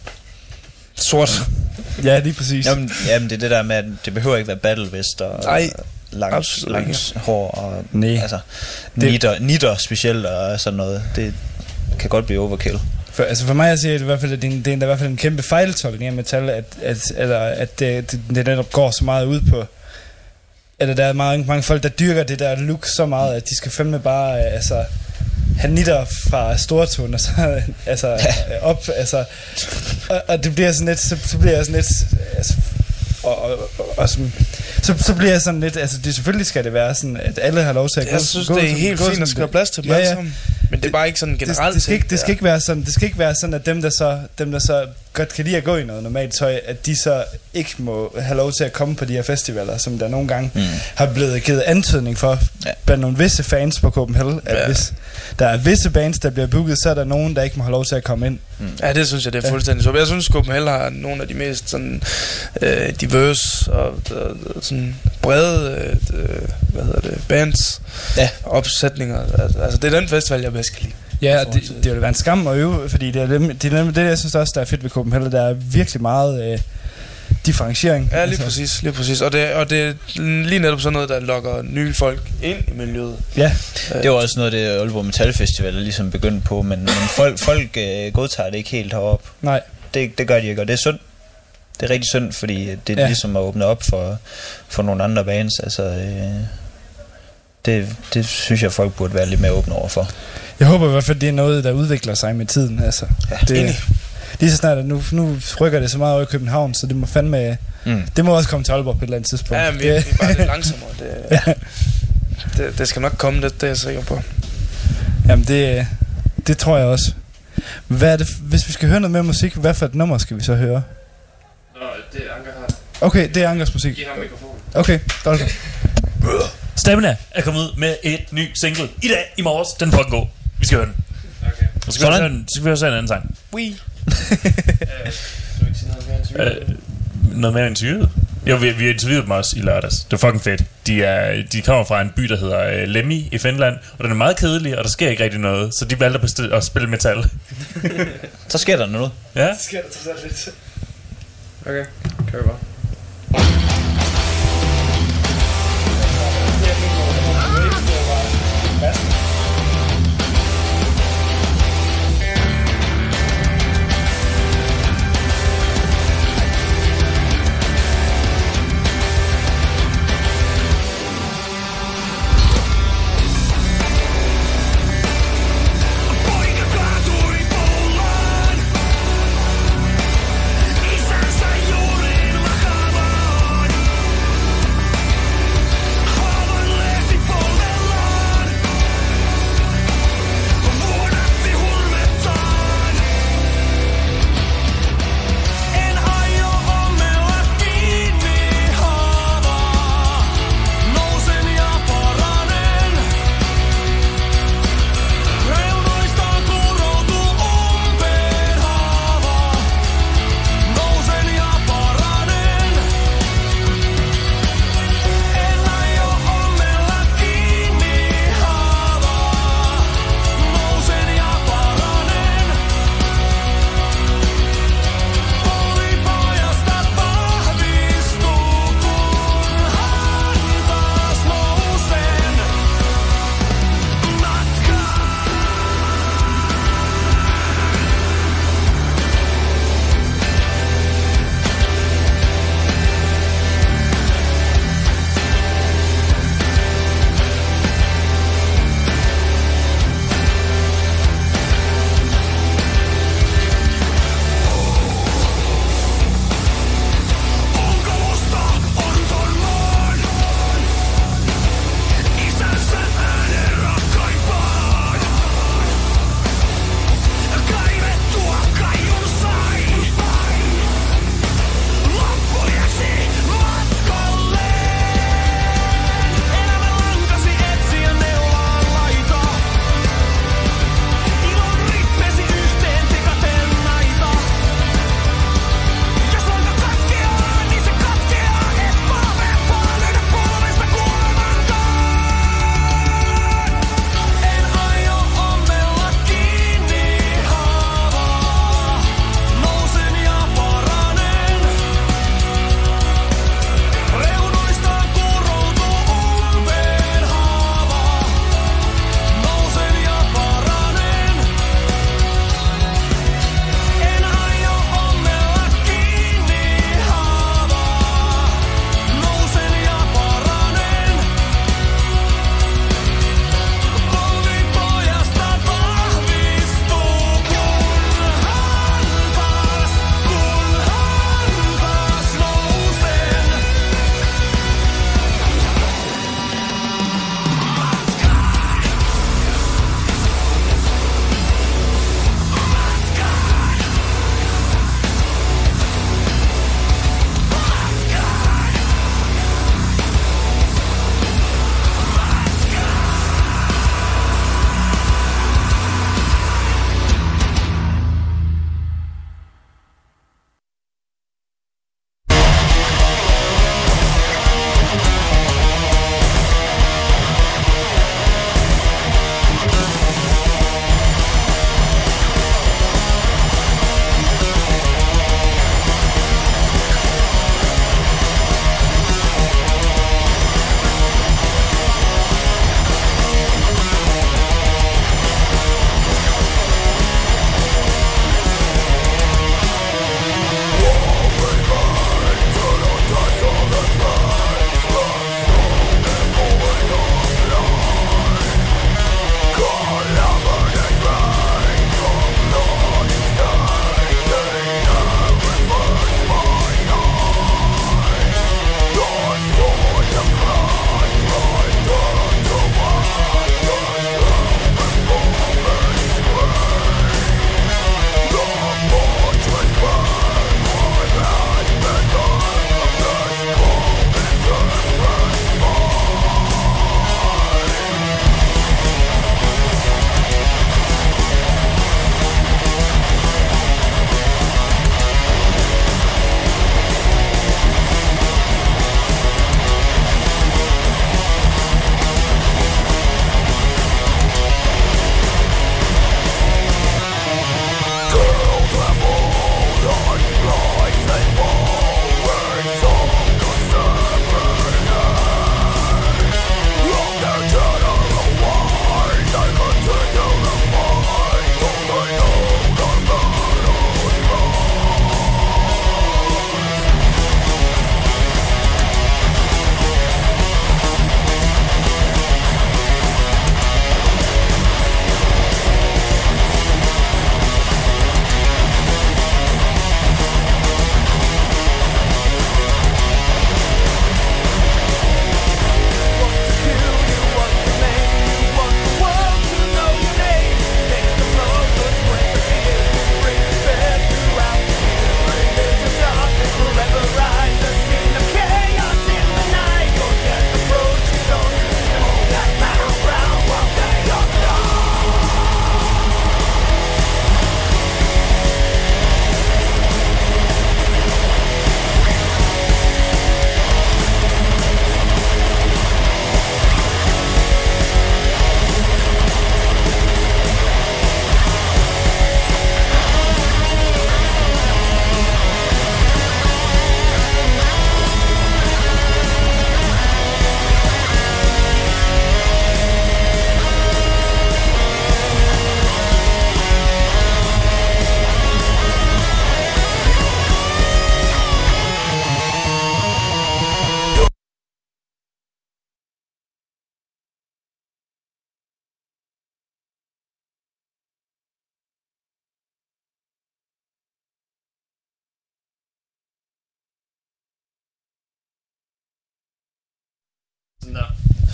Sort. Ja, lige præcis. Jamen, det er det der med, at det behøver ikke være battle vest og langt hår og altså nitter specielt og sådan noget. Det kan godt blive overkill. For mig at sige, at det er i hvert fald en kæmpe fejltolkning af metal, at det netop går så meget ud på, eller der er mange folk, der dyrker det der look så meget, at de skal fandme bare have nitter fra stortåen og så op, og det bliver sådan lidt, så bliver jeg sådan lidt, så bliver jeg sådan lidt, altså det selvfølgelig skal det være sådan, at alle har lov til at gå. Jeg synes det er helt fint at skrive plads til dem alle sammen. Men det er bare ikke sådan generelt. Det skal ikke være sådan, at dem der så godt kan lide at gå i noget normalt tøj, at de så ikke må have lov til at komme på de her festivaler, som der nogle gange har blevet givet antydning for blandt nogle visse fans på Copenhagen, at hvis der er visse bands, der bliver booket, så er der nogen, der ikke må have lov til at komme ind. Ja, det synes jeg, det er fuldstændig så. Jeg synes, Copenhagen har nogle af de mest sådan diverse og sådan brede bands opsætninger. Altså det er den festival, jeg bedst kan lide. Ja, det vil være en skam at øve, fordi det er det, jeg synes også, der er fedt ved Copenhagen. Der er virkelig meget differentiering. Ja, lige præcis. Og det er lige netop sådan noget, der lokker nye folk ind i miljøet. Ja. Det var også noget, det Aalborg Metal Festival er ligesom begyndt på, men folk godtager det ikke helt heroppe. Nej. Det gør de ikke, og det er synd. Det er rigtig synd, fordi det er ligesom at åbne op for nogle andre bands. Altså, det synes jeg, folk burde være lidt mere åbne overfor. Jeg håber i hvert fald, det er noget, der udvikler sig med tiden. Altså. Ja, lige så snart, at nu rykker det så meget over i København, så det må fandme... Det må også komme til Aalborg på et eller andet tidspunkt. Ja, vi er bare lidt langsommere. Det skal nok komme, det er jeg sikker på. Jamen, det tror jeg også. Hvad er det, hvis vi skal høre noget mere musik, hvad for et nummer skal vi så høre? Nå, det er Anker har. Okay, det er Ankers musik. Giv ham mikrofonen. Okay, godt. Stamina er kommet ud med et ny single i dag, i morges. Den er fucking god. Vi skal høre den. Okay. Så skal vi høre en anden sang. Oui. Du ikke sige noget mere interviewet? Noget mere interviewet? Jo, vi interviewede dem også i lørdags. Det var fucking fedt. De kommer fra en by, der hedder Lemmi i Finland, og den er meget kedelig, og der sker ikke rigtig noget, så de valgte at spille metal. Så sker der noget. Ja? Så sker der til sig lidt. Okay, kører bare.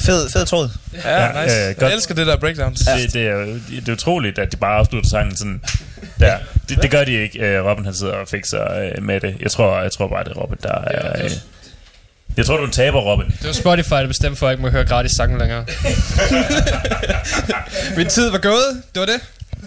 Fed tråd. Ja, nice. Jeg elsker det der breakdowns. Det er utroligt, at de bare afslutter sangen sådan der. Det gør de ikke. Robin han sidder og fikser med det. Jeg tror bare, det er Robin, der er... Jeg tror, du er en taber, Robin. Det var Spotify, der bestemte for, at jeg ikke må høre gratis sange længere. Min tid var gået. Det var det.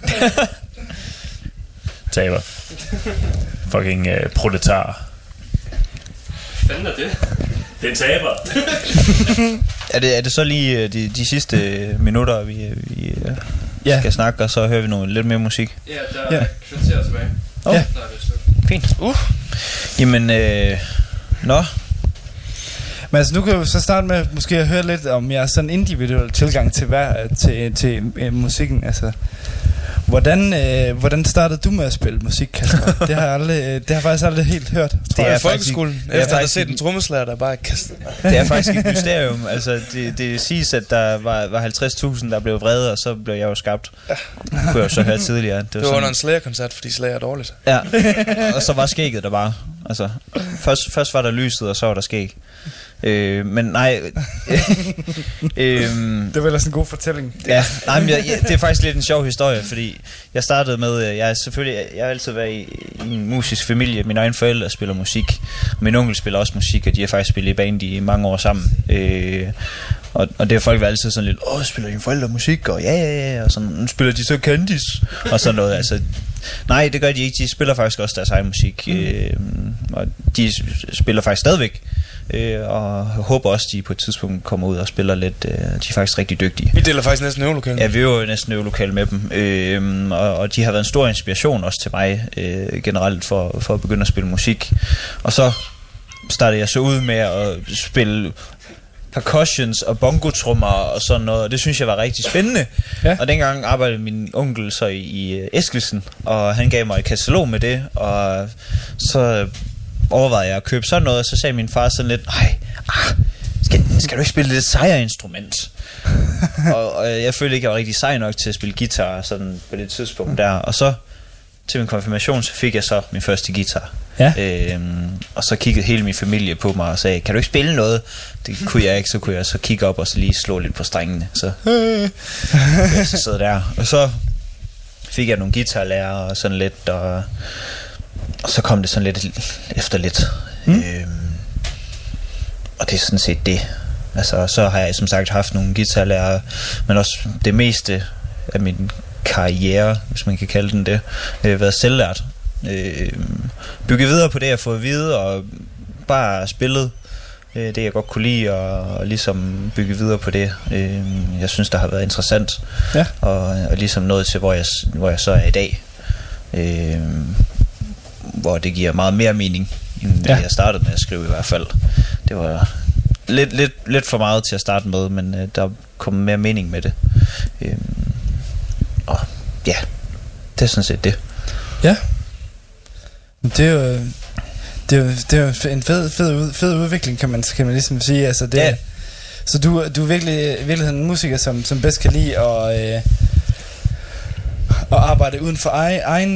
Taber. Fucking proletar. Hvad fanden er det? Det er en taber. er det så lige de sidste minutter, vi skal snakke, og så hører vi noget lidt mere musik? Ja, der er kvarter tilbage. Ja. Fint. Jamen, nå. Men altså, nu kan vi så starte med måske at høre lidt om jeres sådan individuelle tilgang til musikken. Altså, hvordan startede du med at spille musik, Kasper? Det har jeg faktisk aldrig helt hørt. Det er folkeskolen, efter at have set en trommeslager, der bare kastet. Det er faktisk et mysterium. Altså, det siges, at der var 50.000, der blev vrede, og så blev jeg jo skabt. Det kunne jeg jo så høre tidligere. Det var under en Slayer-koncert, fordi Slayer er dårligt. Ja, og så var skægget der bare. Altså, først var der lyset, og så var der skæg. Men nej. Det var ellers en god fortælling. Ja, nej, men det er faktisk lidt en sjov historie, fordi jeg startede med, jeg har altid været i en musisk familie. Mine egne forældre spiller musik. Min onkel spiller også musik, og de har faktisk spillet i band i mange år sammen. Og det har folk været altid sådan lidt, spiller dine forældre musik? Og ja, og sådan, spiller de så Candice? Og sådan noget, altså. Nej, det gør de ikke. De spiller faktisk også deres egen musik. Og de spiller faktisk stadigvæk. Og jeg håber også, de på et tidspunkt kommer ud og spiller lidt. De er faktisk rigtig dygtige. Vi deler faktisk næsten øvelokale. Ja, vi er jo næsten øvelokale med dem. Og de har været en stor inspiration også til mig generelt for at begynde at spille musik. Og så startede jeg så ud med at spille percussions og bongotrummer og sådan noget, og det synes jeg var rigtig spændende. Ja. Og dengang arbejdede min onkel så i Eskelsen, og han gav mig et katalog med det, og så overvejede jeg at købe sådan noget, og så sagde min far sådan lidt, skal du ikke spille lidt sejere instrument? og jeg følte ikke, jeg var rigtig sej nok til at spille guitar sådan på det tidspunkt der, og så til min konfirmation, så fik jeg så min første guitar. Ja. Og så kiggede hele min familie på mig og sagde, kan du ikke spille noget? Det kunne jeg ikke, så kunne jeg så kigge op og så lige slå lidt på strengene. Så jeg så sad der. Og så fik jeg nogle guitarlærer og sådan lidt, og så kom det sådan lidt efter lidt. Og det er sådan set det. Altså, så har jeg som sagt haft nogle guitarlærer, men også det meste af min karriere, hvis man kan kalde den det, været selvlært. Bygge videre på det, jeg har fået at vide, og bare spillet det, jeg godt kunne lide, og ligesom bygge videre på det. Jeg synes, der har været interessant, ja. og ligesom nået til, hvor jeg så er i dag. Hvor det giver meget mere mening, end jeg startede med at skrive i hvert fald. Det var lidt for meget til at starte med, men der kom mere mening med det. Og ja, det er sådan set det. Ja. Det er jo en fed udvikling, kan man ligesom sige. Altså det. Ja. Så du er virkelig en musiker, som bedst kan lide at arbejde uden for egen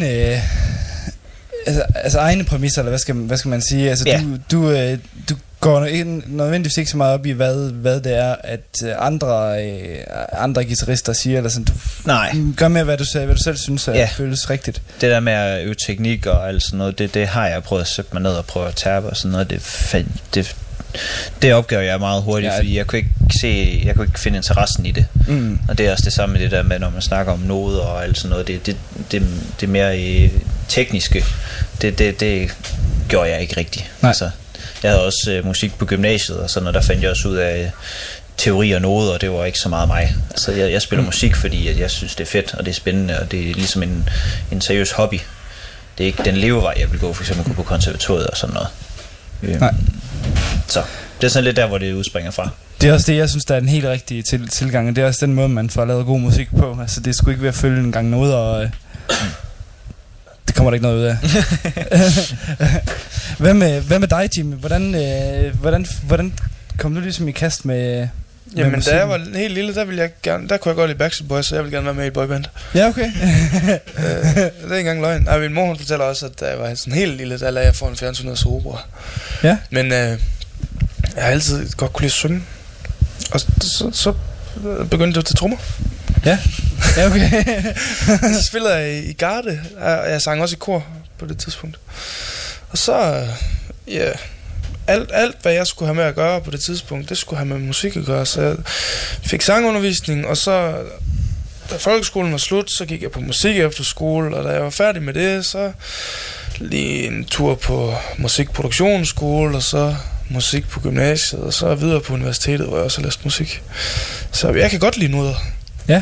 altså egne præmisser, eller hvad skal man sige? Altså du går nødvendigvis ikke så meget op i hvad det er, at andre guitarister siger, eller sådan. Du gør mere hvad du selv synes føles rigtigt. Det der med at øve teknik og alt sådan noget, det har jeg prøvet at sætte mig ned og prøve at tærpe og sådan noget. Det opgav jeg meget hurtigt, fordi jeg kunne ikke finde interessen i det. Og det er også det samme med det der med, når man snakker om noder og alt sådan noget. Det mere tekniske. Det gjorde jeg ikke rigtigt. Altså, jeg havde også musik på gymnasiet og sådan, og der fandt jeg også ud af teori og noder, og det var ikke så meget mig. Altså, jeg spiller musik, fordi at jeg synes, det er fedt, og det er spændende, og det er ligesom en seriøs hobby. Det er ikke den levevej, jeg vil gå, for eksempel gå på konservatoriet og sådan noget. Så det er sådan lidt der, hvor det udspringer fra. Det er også det, jeg synes, der er den helt rigtige tilgang, og det er også den måde, man får lavet god musik på. Altså, det skulle ikke være at følge en gang noder, og det kommer der ikke noget ud af. Hvad med dig, Jimmy? Hvordan kom du ligesom i kast med Jamen, musikken? da jeg var helt lille, der kunne jeg godt lide Backstreet Boys, så jeg ville gerne være med i et boyband. Ja, okay. Det er ikke engang løgn. Min mor, hun fortæller også, at da jeg var sådan helt lille, der lagde jeg foran fjernsynet og så opera. Ja. Men jeg har altid godt kunne lide at synge. Og så begyndte jeg til trommer. Ja, ja okay. Så spillede jeg i garde, og jeg sang også i kor på det tidspunkt. Og så, ja, alt hvad jeg skulle have med at gøre på det tidspunkt, det skulle have med musik at gøre. Så jeg fik sangundervisning, og så, da folkeskolen var slut, så gik jeg på musik efter skole, og da jeg var færdig med det, så lige en tur på musikproduktionsskole, og så musik på gymnasiet, og så videre på universitetet, hvor jeg også har læst musik. Så jeg kan godt lide noget. Ja.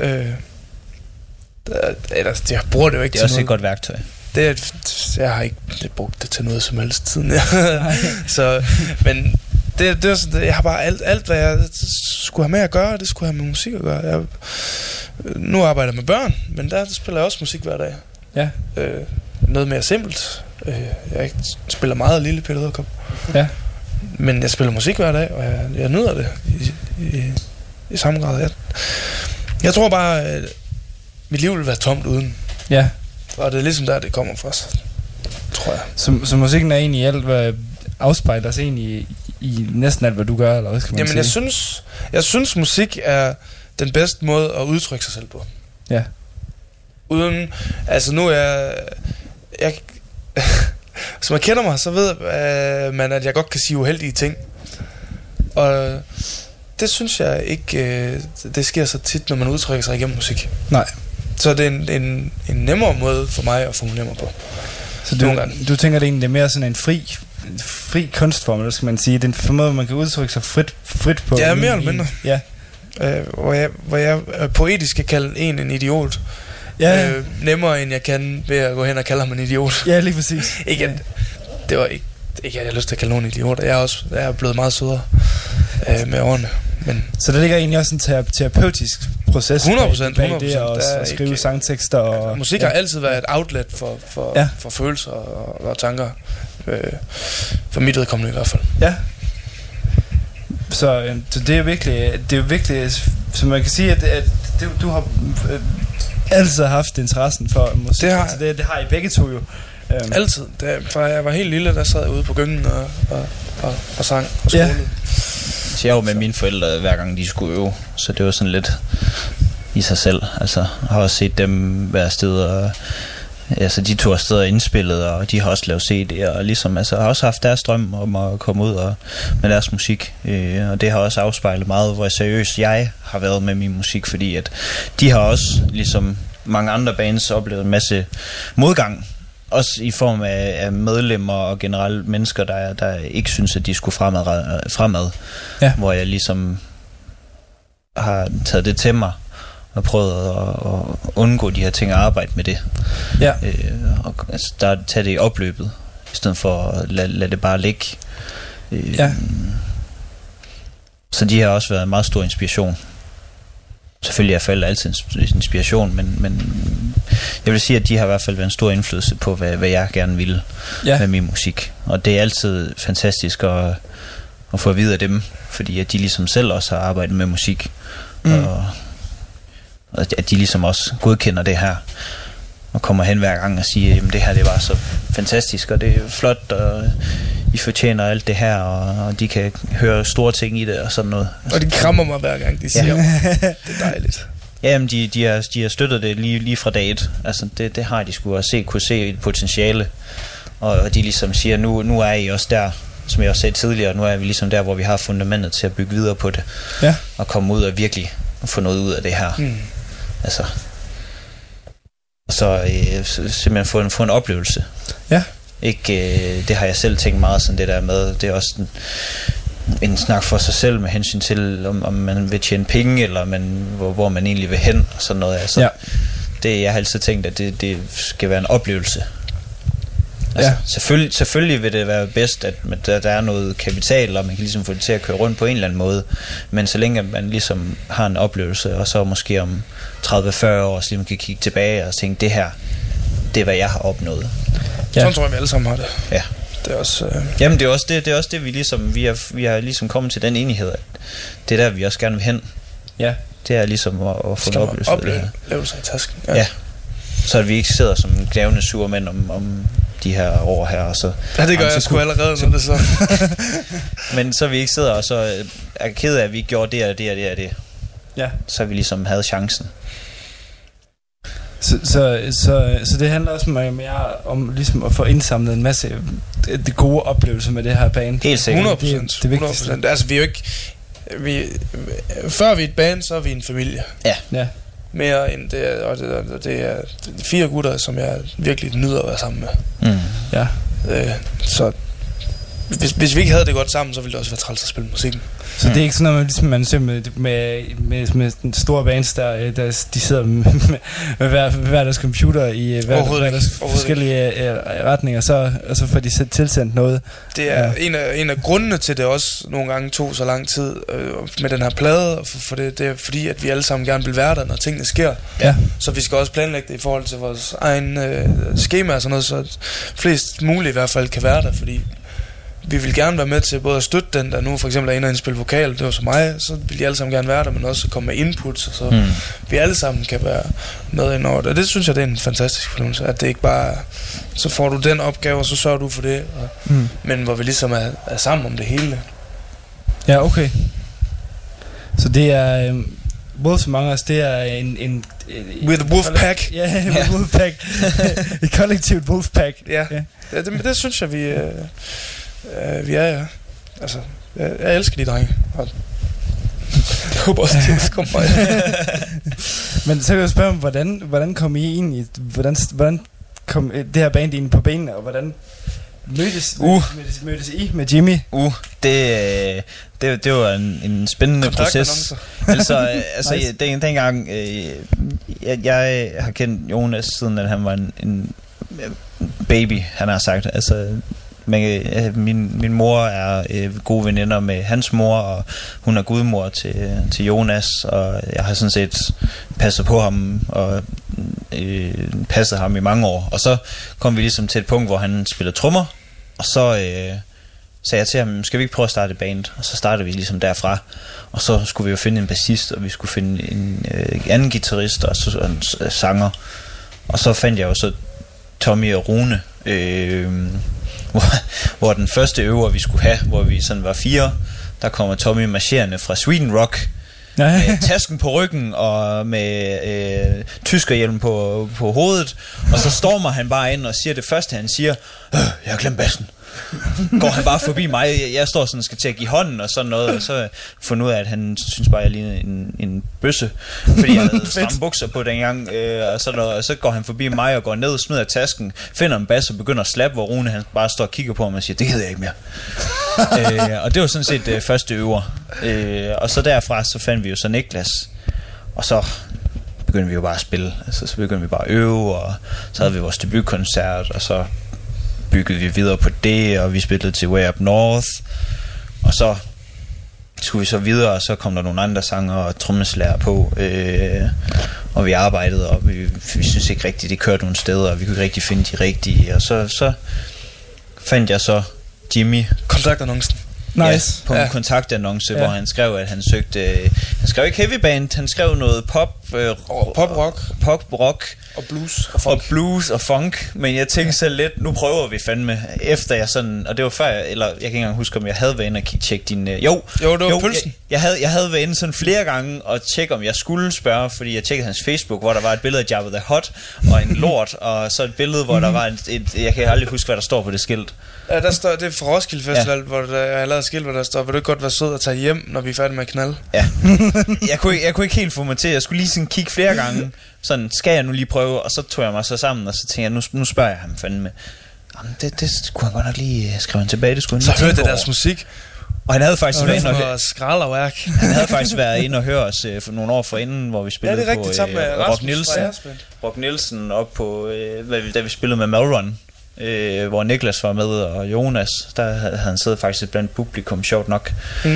Jeg bruger det jo ikke til noget. Det er også et godt værktøj. Jeg har ikke brugt det til noget som helst tiden. Så, men jeg har bare alt hvad jeg skulle have med at gøre, det skulle have med musik at gøre. Nu arbejder jeg med børn, men der spiller jeg også musik hver dag. Ja. Noget mere simpelt. Jeg spiller meget Lille Peter Edderkop. Ja. Men jeg spiller musik hver dag, og jeg nyder det i samme grad. Jeg tror bare, at mit liv vil være tomt uden. Ja. Og det er ligesom der, det kommer fra, tror jeg. Så musikken er egentlig alt, hvad afspejler sig egentlig i næsten alt, hvad du gør, eller hvad skal man sige? Jamen, jeg synes, musik er den bedste måde at udtrykke sig selv på. Ja. Uden, altså nu er jeg hvis man kender mig, så ved man, at jeg godt kan sige uheldige ting. Og det synes jeg ikke, det sker så tit, når man udtrykker sig igennem musik. Nej. Så det er en nemmere måde for mig at formulere mig på. Så du tænker, det egentlig er mere sådan en fri kunstform, eller skal man sige? Det er en måde, man kan udtrykke sig frit på. Ja, mere eller mindre. Ja. Hvor jeg poetisk kan kalde en idiot. Ja. Nemmere end jeg kan ved at gå hen og kalde ham en idiot. Ja, lige præcis. Igen, det var ikke jeg har lyst til at kalde nogen idioter. Jeg er blevet meget sødere med årene. Men så der ligger egentlig også en terapeutisk proces 100%, bag det at skrive ikke, sangtekster og altså, musik har altid været et outlet for følelser og tanker. For mit vedkommende i hvert fald. Ja. Så det er virkelig, så man kan sige, at du har altid haft interessen for musik. Det har I begge to jo. Altid. Fra jeg var helt lille, der sad jeg ude på gyngen og sang og spolede. Ja. Så jeg var med mine forældre hver gang de skulle øve, så det var sådan lidt i sig selv. Altså, jeg har også set dem være sted, og altså, de tog afsted og indspillet, og de har også lavet CD'er, og ligesom, altså, har også haft deres drøm om at komme ud med deres musik, og det har også afspejlet meget, hvor seriøst jeg har været med min musik, fordi at de har også, ligesom mange andre bands, oplevet en masse modgang, også i form af medlemmer og generelt mennesker, der ikke synes, at de skulle fremad. Ja. Hvor jeg ligesom har taget det til mig og prøvet at undgå de her ting og arbejde med det. Ja. Og altså, tage det i opløbet, i stedet for at lade det bare ligge. Ja. Så de har også været en meget stor inspiration. Selvfølgelig er forældre altid inspiration, men jeg vil sige, at de har i hvert fald været en stor indflydelse på, hvad jeg gerne ville med min musik. Og det er altid fantastisk at få at vide af dem, fordi at de ligesom selv også har arbejdet med musik, og at de ligesom også godkender det her, og kommer hen hver gang og siger, at det her det var så fantastisk, og det er flot, og I fortjener alt det her, og de kan høre store ting i det, og sådan noget. Og de krammer mig hver gang, de siger, det er dejligt. Jamen, de har støttet det lige fra dag 1. Altså, det har de sgu kunne se et potentiale, og de ligesom siger, nu er I også der, som jeg også sagde tidligere, nu er vi ligesom der, hvor vi har fundamentet til at bygge videre på det, og komme ud og virkelig få noget ud af det her. Altså, så simpelthen få en oplevelse. Ja. Ikke, det har jeg selv tænkt meget sådan det der med, det er også en snak for sig selv med hensyn til om man vil tjene penge, eller hvor man egentlig vil hen og sådan noget. Altså, det jeg har altid tænkt, at det skal være en oplevelse. Altså, selvfølgelig vil det være bedst, at der er noget kapital, og man kan ligesom få det til at køre rundt på en eller anden måde, men så længe man ligesom har en oplevelse, og så måske om 30-40 år, så man kan kigge tilbage og tænke, det her, det er hvad jeg har opnået. Sådan tror jeg, vi alle sammen har det. Ja. Det er også, Jamen det er også det vi ligesom vi har ligesom kommet til den enighed, at det er der vi også gerne vil hen. Ja. Det er ligesom at få en oplevelse af det her. Oplevelse i tasken. Ja. Så at vi ikke sidder som glavne sure mænd om de her år her. Og så, ja, det gør jeg sgu allerede, når det så. Men så vi ikke sidder og så er ked af, at vi ikke gjorde det og det og det og det. Ja. Så vi ligesom havde chancen. Så det handler også mere om ligesom at få indsamlet en masse de gode oplevelser med det her band. Helt sikkert. 100%. Det vigtigste. 100%. Altså vi er jo ikke før vi er et band, så er vi en familie. Ja. Mere end det, og det er 4 gutter, som jeg virkelig nyder at være sammen med. Ja. Så hvis vi ikke havde det godt sammen, så ville det også være træls at spille musikken. Så det er ikke sådan noget, ligesom man ser med den store bands, der de sidder med hver deres computer i hver deres forskellige retninger, og så får de tilsendt noget. Det er en af grundene til, det også nogle gange tog så lang tid med den her plade, for det er fordi, at vi alle sammen gerne vil være der, når tingene sker. Ja. Så vi skal også planlægge det i forhold til vores egen schema og sådan noget, så flest muligt i hvert fald kan være der, fordi vi vil gerne være med til både at støtte den, der nu for eksempel er inde og indspille vokal, det var så mig, så vil de alle sammen gerne være der, men også komme med inputs, så vi alle sammen kan være med ind over det. Og det synes jeg, det er en fantastisk fornemmelse, at det ikke bare, så får du den opgave, og så sørger du for det, men hvor vi ligesom er sammen om det hele. Ja, okay. Så det er Wolves Among Us, det er en With the Wolfpack. Ja, with Wolfpack. Et kollektivt Wolfpack. Ja, det synes jeg, vi er, ja. Altså, jeg elsker de drenge. Og jeg håber også, det kommer mig. Men så vil jeg spørge om, hvordan kom I ind i, hvordan kom det her band ind på benene, og hvordan mødtes I med Jimmy? Det var en spændende proces. Altså dengang jeg har kendt Jonas siden at han var en baby, han har sagt. Altså min mor er gode veninder med hans mor, og hun er gudmor til Jonas, og jeg har sådan set passet på ham og passet ham i mange år. Og så kom vi ligesom til et punkt, hvor han spiller trommer, og så sagde jeg til ham, skal vi ikke prøve at starte et band? Og så startede vi ligesom derfra, og så skulle vi jo finde en bassist, og vi skulle finde en anden guitarist og så en sanger. Og så fandt jeg jo så Tommy og Rune, hvor den første øver vi skulle have, hvor vi sådan var 4, der kommer Tommy marcherende fra Sweden Rock med tasken på ryggen og med tyskerhjelm på hovedet, og så stormer han bare ind og siger det første han siger, jeg har glemt bassen. Går han bare forbi mig, jeg står sådan og skal til at give hånden og sådan noget, og så fundet ud af, at han synes bare, jeg lignede en bøsse, fordi jeg havde stramme bukser på dengang, og sådan noget, og så går han forbi mig og går ned og smider tasken, finder en bas og begynder at slappe, hvor Rune han bare står og kigger på ham og siger, det hedder jeg ikke mere. Og det var sådan set første øver, og så derfra så fandt vi jo så Niklas, og så begyndte vi jo bare at spille, altså så begyndte vi bare at øve, og så havde vi vores debutkoncert, og så byggede vi videre på det, og vi spillede til Way Up North, og så skulle vi så videre, og så kom der nogle andre sanger og trommeslager på, og vi arbejdede, og vi synes ikke rigtigt, det kørte nogle steder, og vi kunne ikke rigtig finde de rigtige, og så fandt jeg så Jimmy. Kontaktannoncen. Nice. Ja, på en kontaktannonce, hvor han skrev, at han søgte, han skrev ikke heavy band, han skrev noget pop rock og blues og funk. Men jeg tænkte selv lidt, nu prøver vi fandme, efter jeg sådan, og det var før, eller jeg kan ikke engang huske, om jeg havde været inde og tjekke din, det var pølsen. Jeg havde været inde sådan flere gange og tjekke, om jeg skulle spørge, fordi jeg tjekkede hans Facebook, hvor der var et billede af Jabba the Hutt og en lort, og så et billede, hvor der var jeg kan aldrig huske, hvad der står på det skilt. Ja, der står, det er fra Roskilde Festival, hvor jeg har lavet et skilt, hvor der står, vil du ikke godt være sød at tage hjem, når vi er færdige med at knalde? Ja. jeg kunne ikke helt få mig til, jeg skulle lige sådan kigge flere gange, sådan, skal jeg nu lige prøve, og så tog jeg mig så sammen, og så tænkte jeg, nu spørger jeg ham fandme. Jamen, det skulle han godt nok lige skrive han tilbage, det skulle han lige. Så hørte det deres musik. Og han havde faktisk været inde og skralderværk. Han havde faktisk været inde og høre os for nogle år forinden, hvor vi spillede på Rock Nielsen op på da vi spillede med Melrun, hvor Niklas var med og Jonas, der havde han siddet faktisk blandt publikum, sjovt nok.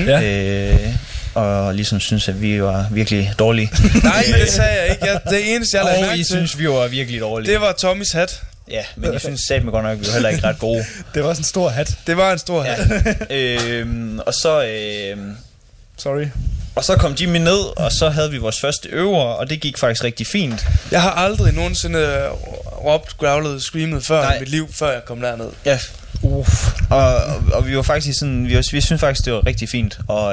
Og ligesom synes at vi var virkelig dårlige. Nej, det sagde jeg ikke. Det eneste jeg lagde mærke til, I synes vi var virkelig dårlige. Det var Tommys hat. Ja, men jeg synes satme godt nok, vi var heller ikke ret gode. Det var også en stor hat. Det var en stor hat. Og så sorry. Og så kom Jimmy ned, og så havde vi vores første øver, og det gik faktisk rigtig fint. Jeg har aldrig nogensinde råbt, growlede, screamede før i mit liv, før jeg kom derned. Ja. Og vi var faktisk sådan, vi synes faktisk det var rigtig fint, og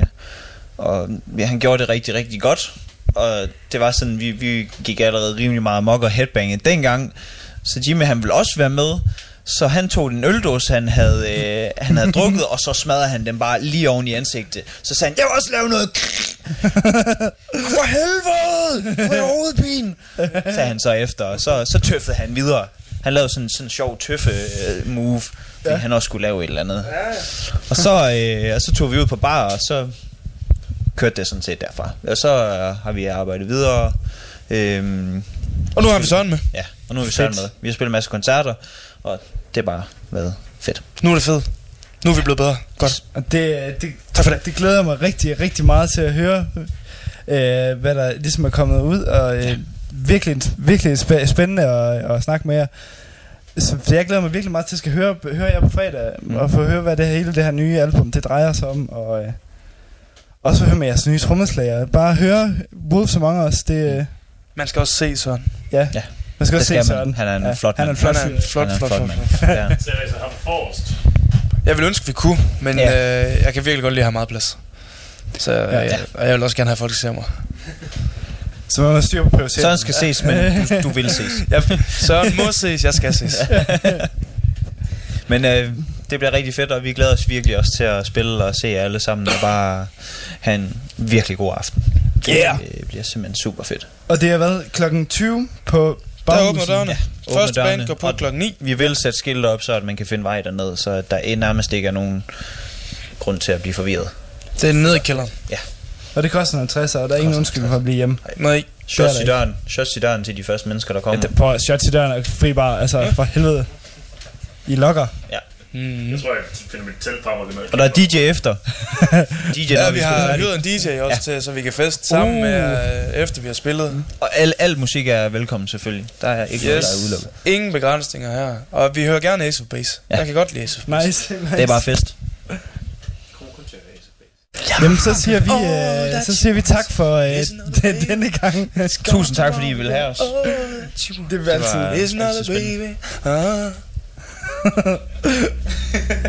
han gjorde det rigtig, rigtig godt. Og det var sådan, vi gik allerede rimelig meget amok og headbangede dengang. Så Jimmy, han ville også være med. Så han tog den øldåse, han havde drukket, og så smadrede han den bare lige oven i ansigtet. Så sagde han, jeg vil også lave noget. For helvede! For hovedpine! Sagde han så efter, og så tøffede han videre. Han lavede sådan en sjov tøffe-move, fordi han også skulle lave et eller andet. Og så tog vi ud på bar, og så kørte det sådan set derfra. Og så har vi arbejdet videre. Og nu har vi Søren med. Ja, og nu har vi Søren med. Vi har spillet en masse koncerter, og det har bare været fedt. Nu er det fedt. Nu er vi blevet bedre. Godt. Og tak for det. Det glæder mig rigtig, rigtig meget til at høre, hvad der ligesom er kommet ud, og virkelig spændende at snakke med jer. Så jeg glæder mig virkelig meget til at skal høre jer på fredag, og få høre, hvad hele det her nye album, det drejer sig om, og også høre med jeres nye trommeslager. Bare høre Wolves Among Us, det... Man skal også se Søren. Ja. Man skal også se Søren. Han er en flot mand. Han er en flot mand. Ja. Så ham forrest. Jeg vil ønske, vi kunne, men jeg kan virkelig godt lide at have meget plads. Så jeg vil også gerne have folk, der ser mig. Så man må styre på prioriteringen. Søren skal ses, men du vil ses. Søren må ses, jeg skal ses. Men det bliver rigtig fedt, og vi glæder os virkelig også til at spille og se alle sammen, og bare have en virkelig god aften. Det bliver simpelthen super fedt. Og det har været klokken 20 på Baghuset. Der åbner dørene. Ja, første band går på klokken 9. Vi vil sætte skilte op, så at man kan finde vej derned, så der nærmest ikke er nogen grund til at blive forvirret. Det er nede i kælderen. Ja. Og det koster 50, og der er ingen undskyldning for at blive hjemme. Nej. Shots i døren til de første mennesker, der kommer. Ja, shots i døren er fri bar, altså for helvede. I lokker. Ja. Jeg tror, jeg finder mit telt frem, og der er DJ efter. DJ, vi har hyret en DJ også til, så vi kan feste sammen med, efter vi har spillet. Og al musik er velkommen selvfølgelig. Der er ikke noget, der er udelukket. Ingen begrænsninger her. Og vi hører gerne Ace of Base. Jeg kan godt lide Ace of Base. Nice. Det er bare fest. Jamen så siger vi tak for denne gang. Tusind tak fordi I ville have os. Det vil altid. It's not a baby.